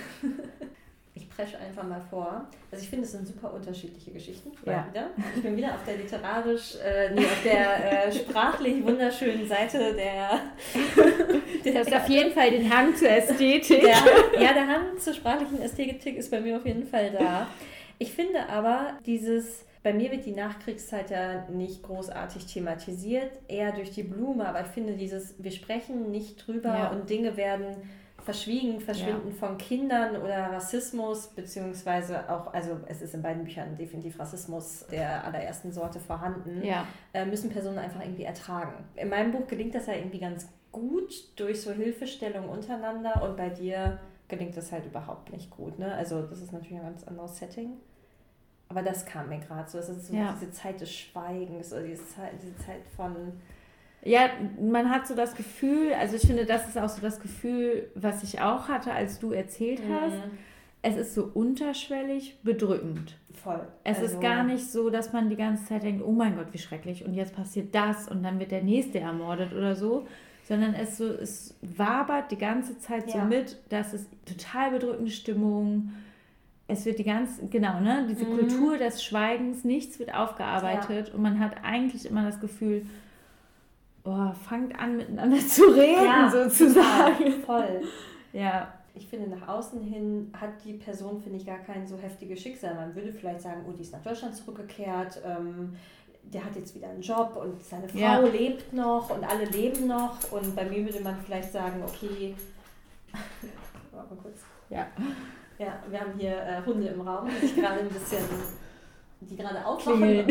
Ich presche einfach mal vor. Also ich finde, es sind super unterschiedliche Geschichten. Ja. Wieder. Ich bin wieder auf der literarisch, äh, nee, auf der äh, sprachlich wunderschönen Seite der... Du hast auf jeden Fall den Hang zur Ästhetik. Der, ja, der Hang zur sprachlichen Ästhetik ist bei mir auf jeden Fall da. Ich finde aber dieses... Bei mir wird die Nachkriegszeit ja nicht großartig thematisiert, eher durch die Blume, aber ich finde dieses, wir sprechen nicht drüber ja. und Dinge werden... verschwiegen, Verschwinden ja. von Kindern oder Rassismus, beziehungsweise auch, also es ist in beiden Büchern definitiv Rassismus der allerersten Sorte vorhanden, ja. äh, müssen Personen einfach irgendwie ertragen. In meinem Buch gelingt das ja irgendwie ganz gut durch so Hilfestellung untereinander und bei dir gelingt das halt überhaupt nicht gut. Ne? Also das ist natürlich ein ganz anderes Setting. Aber das kam mir gerade so, es ist so ja. diese Zeit des Schweigens oder diese Zeit, diese Zeit von... Ja, man hat so das Gefühl, also ich finde, das ist auch so das Gefühl, was ich auch hatte, als du erzählt hast. Mhm. Es ist so unterschwellig bedrückend. Voll. Es also, ist gar nicht so, dass man die ganze Zeit denkt, oh mein Gott, wie schrecklich und jetzt passiert das und dann wird der Nächste ermordet oder so, sondern es, so, es wabert die ganze Zeit ja. so mit, dass es total bedrückende Stimmung, es wird die ganze, genau, ne, diese mhm. Kultur des Schweigens, nichts wird aufgearbeitet ja. und man hat eigentlich immer das Gefühl, oh, fangt an, miteinander zu reden, ja, sozusagen. Ja, voll. Ja. Ich finde, nach außen hin hat die Person, finde ich, gar kein so heftiges Schicksal. Man würde vielleicht sagen, oh, die ist nach Deutschland zurückgekehrt, ähm, der hat jetzt wieder einen Job und seine Frau ja. lebt noch und alle leben noch. Und bei mir würde man vielleicht sagen, okay, warte mal kurz. Ja. Ja, wir haben hier äh, Hunde im Raum, die sich gerade ein bisschen... die gerade aufwachen und,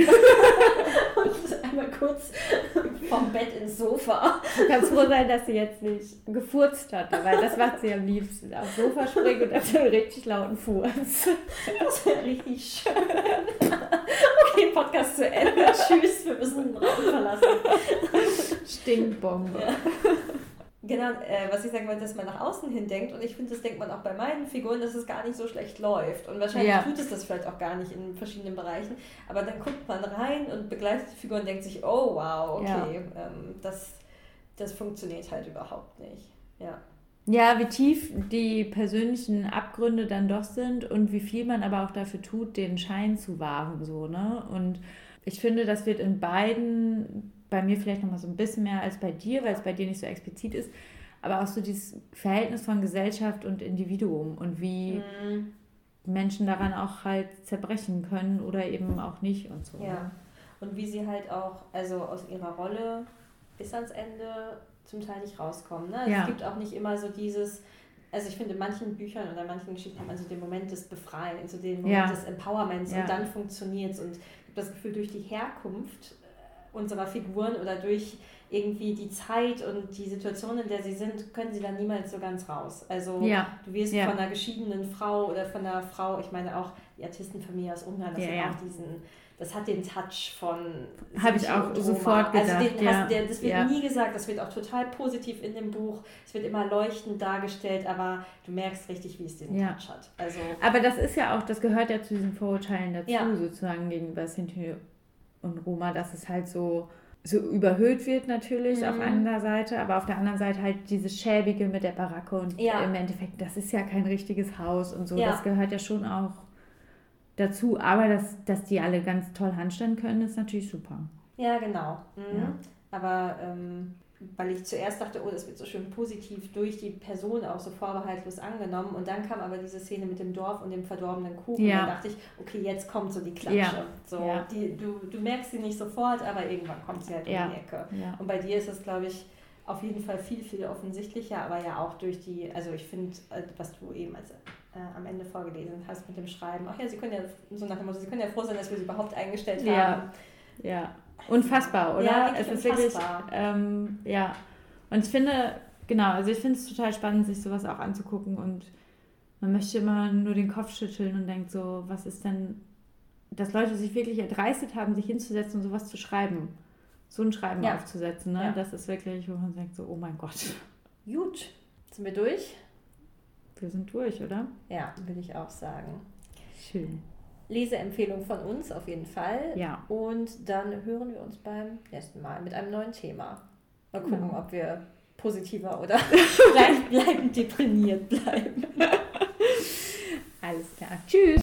und einmal kurz vom Bett ins Sofa. Du kannst froh sein, dass sie jetzt nicht gefurzt hat, weil das macht sie am liebsten. Aufs Sofa springen und dann einen richtig lauten Furz. Das wäre richtig schön. Okay, Podcast zu Ende. Tschüss, wir müssen den Raum verlassen. Stinkbombe. Ja. Genau, äh, was ich sagen wollte, dass man nach außen hin denkt und ich finde, das denkt man auch bei meinen Figuren, dass es gar nicht so schlecht läuft und wahrscheinlich ja. tut es das vielleicht auch gar nicht in verschiedenen Bereichen, aber dann guckt man rein und begleitet die Figur und denkt sich, oh wow, okay, ja. ähm, das, das funktioniert halt überhaupt nicht. Ja. Ja, wie tief die persönlichen Abgründe dann doch sind und wie viel man aber auch dafür tut, den Schein zu wahren, so, ne? Und ich finde, das wird in beiden, bei mir vielleicht nochmal so ein bisschen mehr als bei dir, weil es bei dir nicht so explizit ist, aber auch so dieses Verhältnis von Gesellschaft und Individuum und wie mhm. Menschen daran auch halt zerbrechen können oder eben auch nicht und so. Ja, und wie sie halt auch, also aus ihrer Rolle bis ans Ende zum Teil nicht rauskommen. Ne? Also ja. Es gibt auch nicht immer so dieses, also ich finde, in manchen Büchern oder manchen Geschichten hat man so den Moment des Befreiens, so den Moment ja. des Empowerments ja. und dann funktioniert es. Und ich habe das Gefühl, durch die Herkunft unserer Figuren oder durch irgendwie die Zeit und die Situation, in der sie sind, können sie da niemals so ganz raus. Also ja. du wirst ja. von einer geschiedenen Frau oder von einer Frau, ich meine auch die Artistenfamilie aus Ungarn, das, ja, ja. auch diesen, das hat den Touch von... Habe ich auch sofort gedacht. Also den ja. hast, der, das wird ja. nie gesagt, das wird auch total positiv in dem Buch, es wird immer leuchtend dargestellt, aber du merkst richtig, wie es diesen ja. Touch hat. Also, aber das ist ja auch, das gehört ja zu diesen Vorurteilen dazu, ja. sozusagen gegenüber Sinti und Roma, dass es halt so... so überhöht wird natürlich mhm. auf einer Seite, aber auf der anderen Seite halt dieses Schäbige mit der Baracke und ja. im Endeffekt, das ist ja kein richtiges Haus und so, ja. das gehört ja schon auch dazu, aber dass, dass die alle ganz toll handstellen können, ist natürlich super. Ja, genau. Mhm. Ja. Aber ähm, weil ich zuerst dachte, oh, das wird so schön positiv durch die Person auch so vorbehaltlos angenommen. Und dann kam aber diese Szene mit dem Dorf und dem verdorbenen Kuchen. Ja. Und dann dachte ich, okay, jetzt kommt so die Klatsche. Ja. So, Ja. Die, du, du merkst sie nicht sofort, aber irgendwann kommt sie halt Ja. um die Ecke. Ja. Und bei dir ist es, glaube ich, auf jeden Fall viel, viel offensichtlicher, aber ja auch durch die, also ich finde, was du eben als, äh, am Ende vorgelesen hast mit dem Schreiben, ach ja, sie können ja, so nach dem Motto, sie können ja froh sein, dass wir sie überhaupt eingestellt Ja. haben. Ja, unfassbar, oder? Ja, es wirklich ist wirklich, unfassbar. ähm, ja. Und ich finde, genau, also ich finde es total spannend, sich sowas auch anzugucken und man möchte immer nur den Kopf schütteln und denkt so, was ist denn, dass Leute sich wirklich erdreistet haben, sich hinzusetzen und sowas zu schreiben, so ein Schreiben Ja. aufzusetzen, ne? Ja. Das ist wirklich, wo man denkt so, oh mein Gott, Gut, sind wir durch? wir sind durch, oder? Ja, würde ich auch sagen. Schön. Leseempfehlung von uns auf jeden Fall. Ja. Und dann hören wir uns beim nächsten Mal mit einem neuen Thema. Mal gucken, Ja. ob wir positiver oder gleichbleibend deprimiert bleiben. Alles klar. Tschüss.